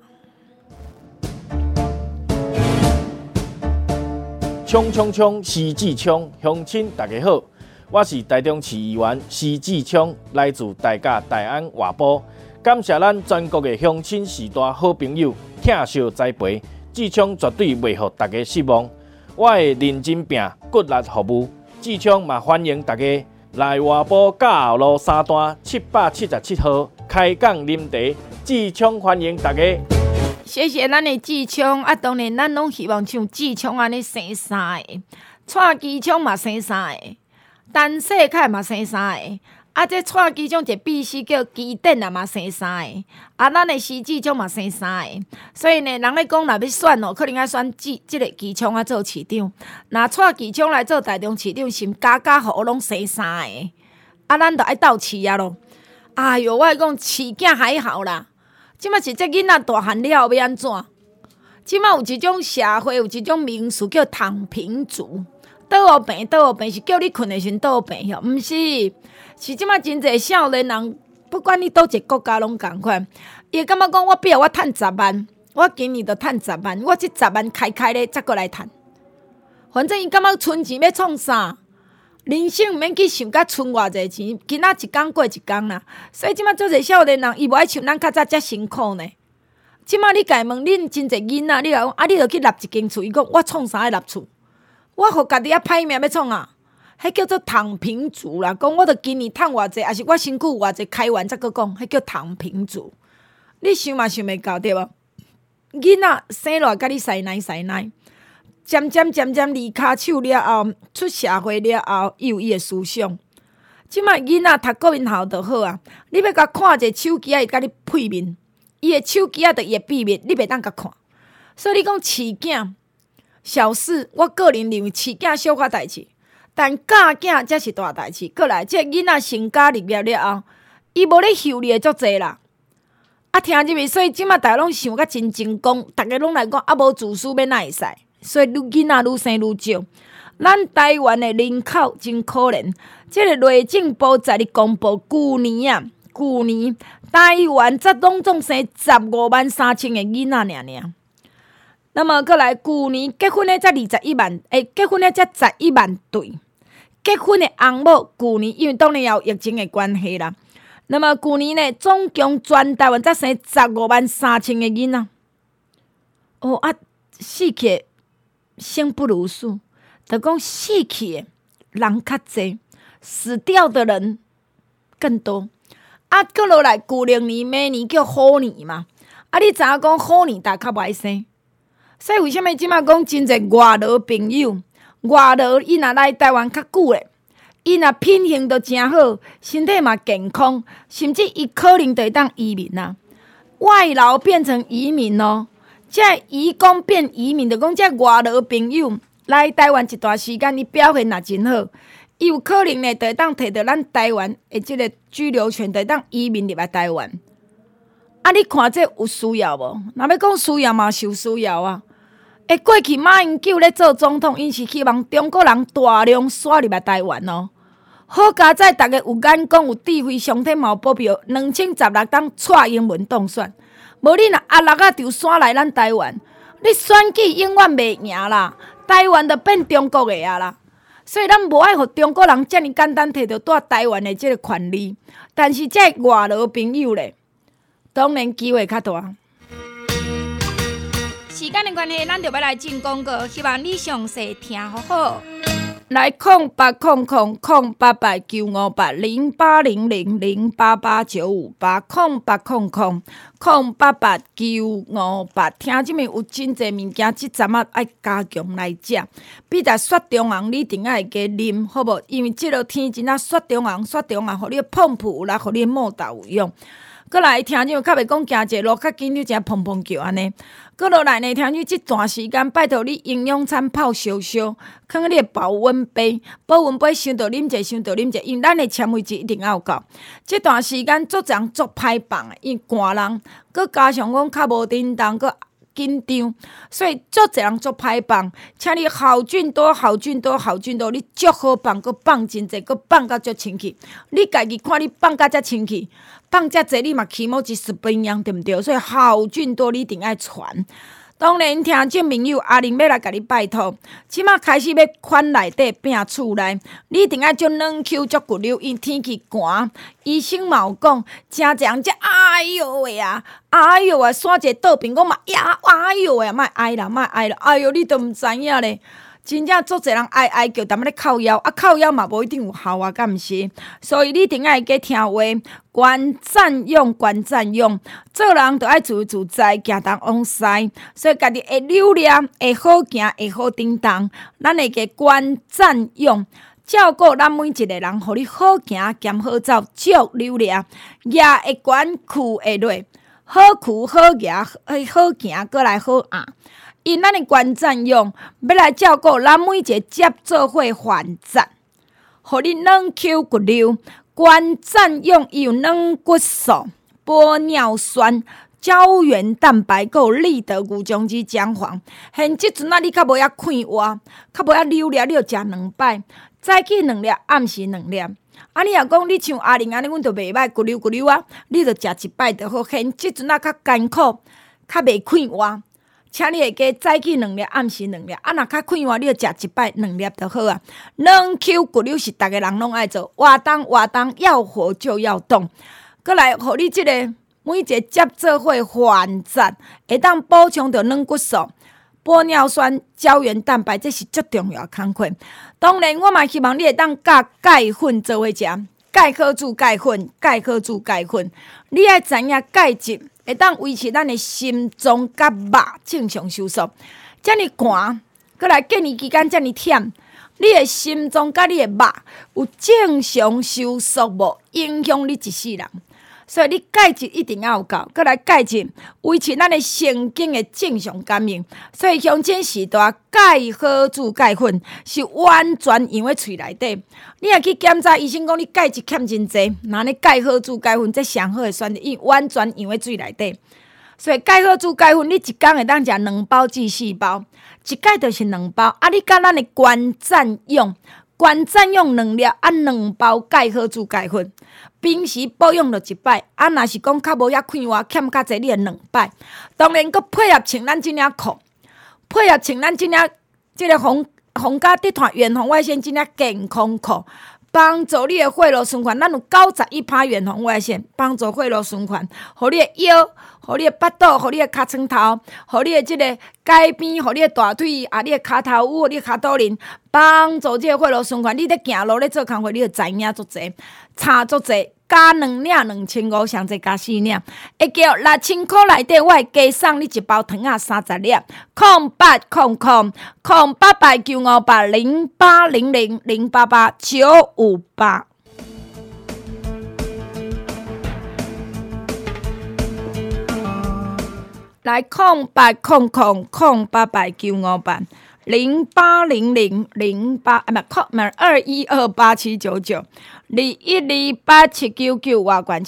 Speaker 3: 冲冲冲！徐志昌，乡亲大家好，我是台中市议员徐志昌，来自大甲大安外埔，感谢咱全国的乡亲时代好朋友疼惜栽培，志昌绝对袂互大家失望。我会认真拼，骨力服务。志昌嘛欢迎大家来外埔甲后路3段777号开讲啉茶，志昌欢迎大家。
Speaker 2: 谢谢咱的志昌当然咱拢希望像志昌安尼生3个，蔡志昌嘛生3个，陈世凯嘛生3个，这蔡志昌一必须叫基典嘛生3个，咱的徐志昌嘛生3个，所以呢，人咧讲若要选可能要选即个志昌做市长，若蔡志昌来做台中市长，是家户拢生3个，咱就爱斗饲咯。哎哟，我讲饲囝还好啦。即摆是这囡仔大汉了要安怎？即摆有一种社会，有一种名词叫躺平族。倒有病是叫你困的时阵倒有病哟，毋是，是即摆真侪少年人，不管你倒一个国家拢共款，伊会感觉讲我比如我趁10万，我今年就趁10万，我这10万开咧再过来趁。反正伊感觉存钱要创啥？人生毋免去想甲存偌济钱，今仔一工过一工啦。所以即摆做侪少年人，伊无爱像咱较早遮辛苦呢。 即摆你家问恁真侪囡仔，你讲啊，你著去立一间厝，伊讲我创啥爱立厝？我互家己歹命要创啊？迄叫做躺平族啦。讲我著今年趁偌济，还是我身躯有偌济开完才搁讲，迄叫躺平族。你想嘛想袂到对无？囡仔生落甲你塞奶，渐渐离骹手了后，出社会了后，伊有伊的思想。即摆囡仔读国民校就好啊，你要甲看一个手机啊，伊甲你配面，伊的手机啊，就伊的闭面，你袂当甲看。所以你讲饲囝小事，我个人认为饲囝小可代志。但教囝才是大代志。过来，这囡仔成家立业了后，伊无咧休你的足济啦。啊，听入去，所以即马大家拢想甲真成功，逐个拢来讲啊，无自私要哪会使？所以囡仔愈生愈少。咱台湾的人口真可怜。这个内政部在咧公布，去年台湾才拢总生153000个囡仔尔。那么，过来，去年结婚的才21万，结婚的才11万对。结婚的翁某，去年因为当然也有疫情的关系啦。那么，去年呢，总共全台湾才生153000个囡仔。哦啊，死去生不如死，就讲死去的人较济，死掉的人更多。啊，过落来，旧历年、明年叫虎年嘛。啊，你知影讲虎年大较歹生。所以为什么即马讲真侪外劳朋友，外劳伊若来台湾较久咧，伊若品行都真好，身体嘛健康，甚至伊可能就会当移民啊。外劳变成移民咯，这移工变移民，就讲这外劳朋友来台湾一段时间，伊表现也真好，伊有可能呢，就会当摕到咱台湾的即个居留权，就会当移民入来台湾。啊，你看这有需要无？若要讲需要嘛，是有需要啊。过去马英九咧做总统，因是希望中国人大量刷入来台湾哦。好佳在大家有眼光、有智慧，上天嘛有保佑，2016当蔡英文当选。无你若阿六啊就刷来咱台湾，你选举永远袂赢啦。台湾就变中国的啊啦。所以咱无爱互中国人遮尔简单摕到带台湾的即个权利。但是这外劳朋友咧，当然机会较大。时间的关系，咱就要来进广告，希望你详细听好好。来0800-088-958-0880-088-958，听即面有真侪物件，即阵仔爱加强来食。比如雪中红，你一定爱加啉，好无？因为即落天真啊，雪中红，互你碰扑有力，互你毛豆有用。过来听见较袂讲行一路较紧，你真砰砰叫安尼。过落来呢，听见即段时间，拜托你营养餐泡烧烧，放你的保温杯，保温杯想到啉者，因为咱的纤维质一定要有够。即段时间做人做歹放的，因寒人，佮加上讲较无叮当，佮紧张，所以做一人做歹放，请你好菌多，你足好放，佮放真济，佮放甲足清气。你家己看你放甲遮清气。放遮济，你嘛起码一10分样，对毋对？所以好菌多，你一定爱传。当然，听众朋友阿玲要来甲你拜托，即马开始要款内底拼厝内，你一定爱足软 Q 足骨溜，因天气寒，医生嘛有讲，真济人哎哟喂啊，哎哟啊，刷一个倒边讲嘛呀，哎哟喂，莫哀啦，哎哟，你都毋知影咧。真正足侪人哀叫，踮咧靠腰，靠腰嘛无一定有效啊，敢毋是？所以你一定爱加听话，管占用，做人就爱自在，行动往西，所以家己会溜达，会好行，会好叮当，咱会加管占用。照顾咱每一个人，互你好行兼好走，足溜达，也会管苦会落，好苦好行，好行过来好行。因咱的管占用要来照顾咱每一个接做伙还赞，互你软 Q 骨溜。管占用伊有软骨素、玻尿酸、胶原蛋白，还有利得牛种子姜黄。现即阵你较无遐看活，较无遐溜达，你就食2摆，早起2粒，暗时2粒。你若讲你像阿玲安尼，阮就袂歹骨溜啊，你就食1摆就好。现即阵较艰苦，较袂看活。请你会加早起2粒，暗时2粒。若较快活，你就食1摆2粒就好啊。软 Q 骨溜是逐个人拢爱做，活动要活就要动。过来，互你即个每一个接做伙环节会当补充到软骨素、玻尿酸、胶原蛋白，这是最重要的工课。当然，我嘛希望你会当甲钙粉做伙食，钙壳煮钙粉，钙壳煮钙粉。你爱知影钙质会当维持咱的心脏甲肉正常收缩。遮尔寒，过来过年期间遮尔忝，你的心脏甲你的肉有正常收缩无？影响你一世人。所以你钙质一定要有够，过来钙质维持咱的神经的正常感应。所以乡亲时代钙好煮钙粉是完全用在喙内底。你也去检查医生讲你钙质欠真济，那你钙好煮钙粉这上好的选择，因完全用在嘴内底。所以钙好煮钙粉，你一工会当食2包至4包，一钙就是2包。啊，你甲咱的关赞用2粒，啊2包钙好煮钙粉。平时保养就1摆，啊，若是讲较无遐快活，欠较济，你就2摆。当然，佮配合穿咱即领裤，配合穿咱即个红甲滴团远红外线即领健康裤，帮助你的血路循环。咱有91%远红外线，帮助血路循环，互你的腰，互你的腹肚，互你的尻川头，互你的即个改边，互你的大腿，啊，你的骹头骨，你的骹肚仁，帮助即个血路循环。你咧行路咧做工课，你就知影足济，差足济。加2领2500，上济加4领，会叫6000块内底，我会加送你1包糖仔30粒。0800-0800-0800-0888-958。来0800-0800-958。0800-2128799212879921799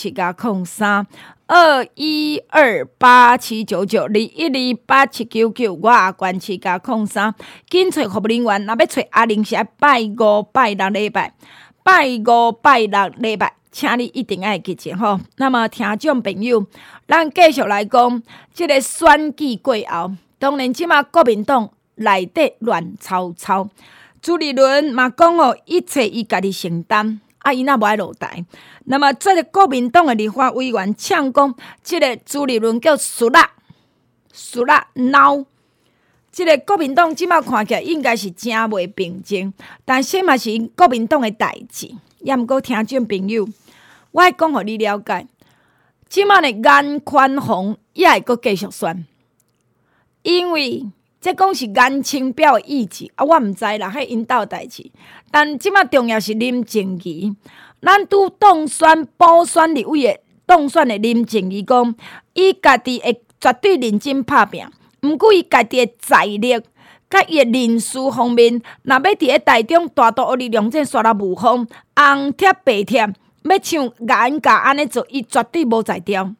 Speaker 2: 外关7加03，紧找服务人员。若要找阿玲是拜5、拜6礼拜，拜5、拜6礼拜，请你一定要记住吼。那么听众朋友，咱继续来讲，这个选举过后，当然即马国民党内底乱糟糟，朱立伦嘛讲哦，一切伊家己承担，啊，伊若无爱落台。那么，这个国民党的立法委员呛讲，这个朱立伦叫输啦孬。这个国民党即马看起来应该是真袂平静，但这嘛是国民党的代志。也毋过听众朋友，我爱讲互你了解，即马的颜宽宏也会阁继续选，因为这讲是颜清标的意志啊，我毋知啦，迄因兜代志。但即马重要是林静怡，咱拄当选补选立委的当选的林静怡讲，伊家己会绝对认真拍拼，毋过伊家己的财力甲伊的人事方面，若要伫咧台中大都有力量这刷到无风，红贴白贴，要像颜家安尼做，伊绝对无才调，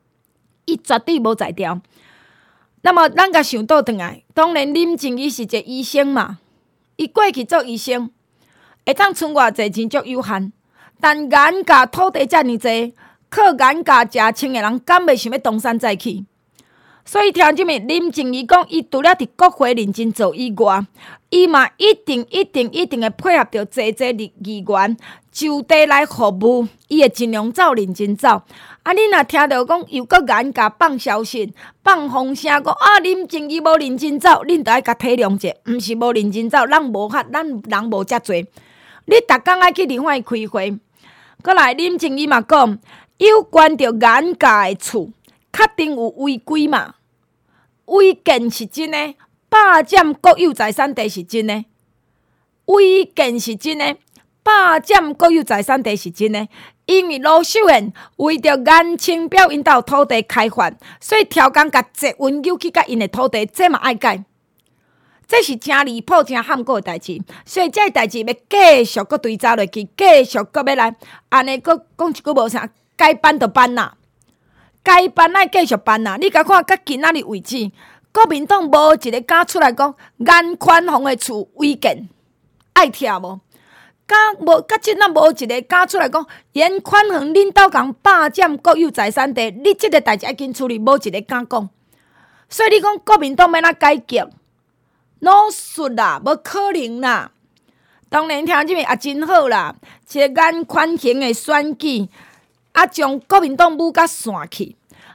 Speaker 2: 那么，咱甲想倒转来，当然林静怡是一个医生嘛，伊过去做医生，会当存偌济钱足有限。但颜家土地遮尔济，靠颜家食清的人，敢袂想要东山再起？所以听即面林静怡讲，伊除了伫国会认真做以外，伊嘛一定会配合着济议员就地来服务，伊会尽量走认真走。啊！你若听到讲又搁颜家放消息、放风声，讲啊林静怡无认真走，恁着爱甲体谅者，毋是无认真走，咱无法，咱人无遮多。你逐工爱去立法院开会，过来林静怡嘛讲，有关着颜家的厝，确定有违规嘛？违建是真的，霸占国有财产地是真的，违建是真的，霸占国有财产地是真的。因为卢秀燕为着颜清标因兜土地开发，所以超工甲捷运扭去甲因的土地，这嘛爱改。这是真离谱、真喊过的代志，所以这代志要继续搁追查落去，继续搁要来，安尼搁讲一句无啥，该办就办啦，该办爱继续办啦。你甲看，到今仔日为止，国民党无一个敢出来讲颜宽宏的厝违建，爱听无？甲即咱无一个敢出来讲颜宽宏恁兜共霸占国有财产地，你即个代志要紧处理，无一个敢讲。所以你讲国民党要哪改革？老实啦，无可能啦。当然听即面也真好啦，一个颜宽宏的选举，将国民党舞甲散去。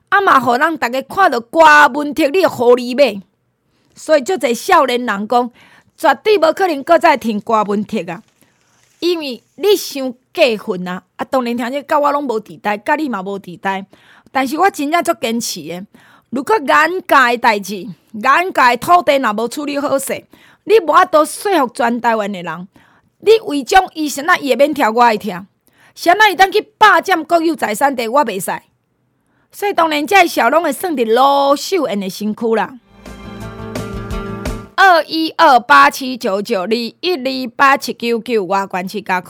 Speaker 2: 啊嘛，互咱大家看到歌文特你互你买，所以足侪少年人讲，绝对无可能搁再听歌文特啊，因为你伤过分啊！啊，当然听这甲我拢无伫代，甲你嘛无伫代，但是我真正足坚持的。如果眼界的代志，眼界土地若无处理好势，你无法度说服全台湾的人，你为种医生啊，伊会免听我爱听，谁哪会当去霸占国有财产地，我袂使。所以当然，这小拢会算伫罗秀燕的身躯啦。212879921287799外关系加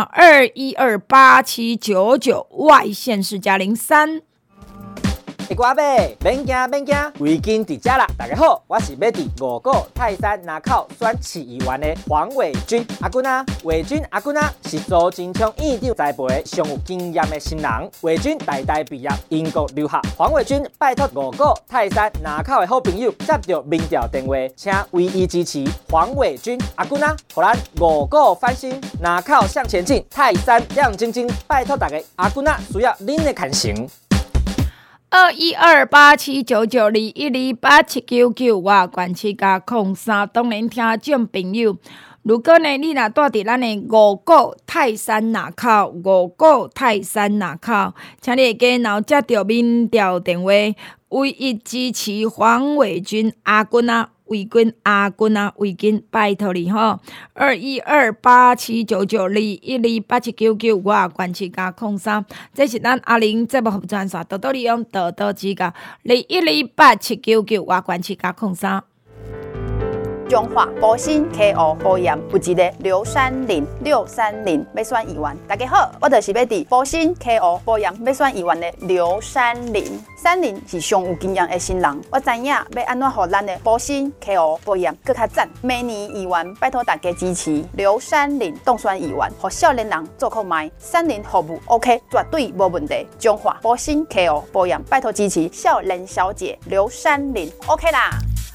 Speaker 2: 03，2128799外县市加03。
Speaker 9: 下瓜呗，免惊免惊，围巾伫遮啦！大家好，我是要伫五股泰山南口选市议员的黄伟军阿君啊。伟军阿君啊，是苏贞昌院长栽培的上有经验的新人。伟军代代毕业，英国留学。黄伟军拜托五股泰山南口的好朋友接到民调电话，请唯一支持黄伟军阿君啊，互咱五股翻新，南口向前进，泰山亮晶晶。拜托大家，阿君啊，需要恁的牵成。
Speaker 2: 212879921287799外关系加03。当然，听众朋友，如果呢你若住伫咱的五股泰山那口，五股泰山那口，请你会记后接到民调电话，唯一支持黄伟军阿君啊。维军阿君啊，维军拜托你吼，212879921287799外关系加03，这是咱阿玲节目服务专线，多多利用，多多指教，21287799外关系加03。
Speaker 10: 中华保险 KO 保险有一个刘山林要选议员。大家好，我就是要伫保险 KO 保险要选议员的刘山林。山林是上有经验的新人，我知影要安怎互咱的保险 KO 保险更较赞。明年议员拜托大家支持刘山林当选议员，互少年人做购买，山林服务 OK， 绝对无问题。中华保险 KO 保险拜托支持少年小姐刘山林 OK 啦。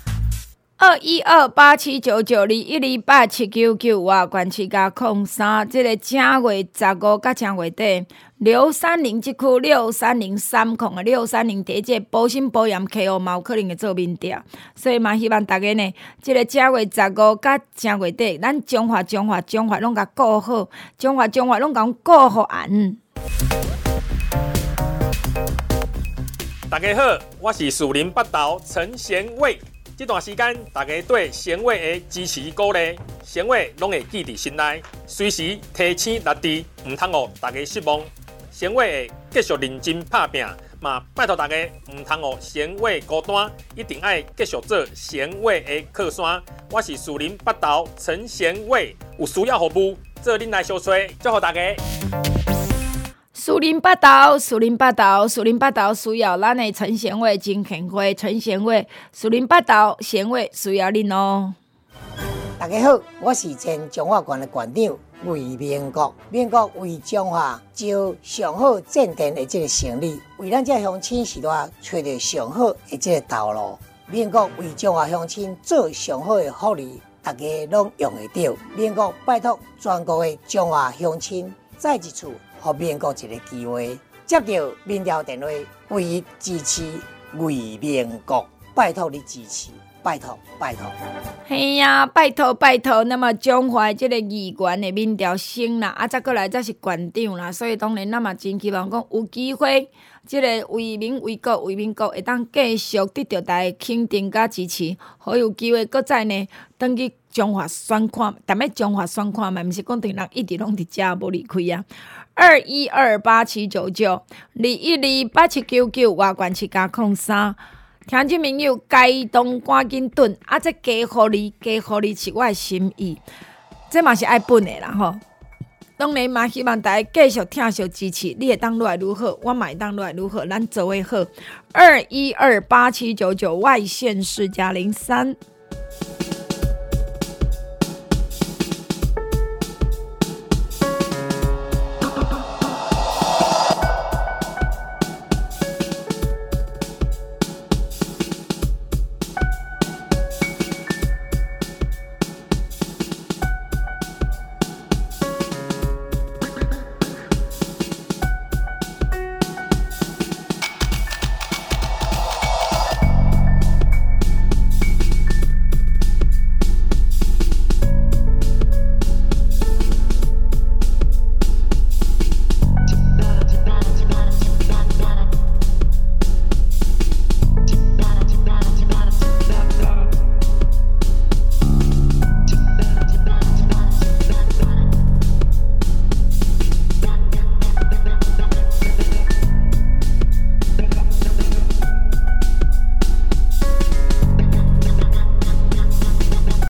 Speaker 2: 212879921287799外关系加03，这个正月15到正月底，刘三零这区63030630第一届保险保险 KO 嘛有可能会做民调，所以嘛希望大家呢，这个正月15到正月底，咱中华拢甲顾好，中华拢甲顾好安。
Speaker 3: 大家好，我是树林北投陈贤伟。这段时间，大家对贤伟的支持鼓励，贤伟拢会记伫心内，随时提醒力治，唔通互大家失望。贤伟会继续认真打拼，嘛拜托大家唔通互贤伟孤单，一定爱继续做贤伟的靠山。我是树林北投陈贤伟，有需要服务，做恁来相找，祝福大家。
Speaker 2: 树林北投需要咱的陈贤伟、金庆辉、陈贤伟，树林北投贤伟需要恁哦。
Speaker 11: 大家好，我是前中华县的县长魏明国。民国为中华招上好建电的这个成立，为咱这乡亲时代找到上好的这个道路。民国为中华乡亲做上好的福利，大家拢用得到。民国拜托全国的中华乡亲再一次。给民国一个机会，接到民调电话，唯一支持魏明国，拜托你支持，拜托。
Speaker 2: 嘿呀，拜托。那么中华这个议员的民调升啦，再过来才是县长啦，所以当然咱嘛真希望讲有机会，这个魏明国会当继续得到大家肯定甲支持，好有机会搁再呢，登去中华选看，但要中华选看嘛，毋是讲定人一直拢伫遮无离开啊。212879921287799外关系加03，听众朋友该动赶紧顿，这加互你是我的心意，这嘛是爱本的啦吼。当然嘛，希望大家继续听续支持，你会当落来如何，我嘛会当落来如何，咱做会好。2128799外县市加03。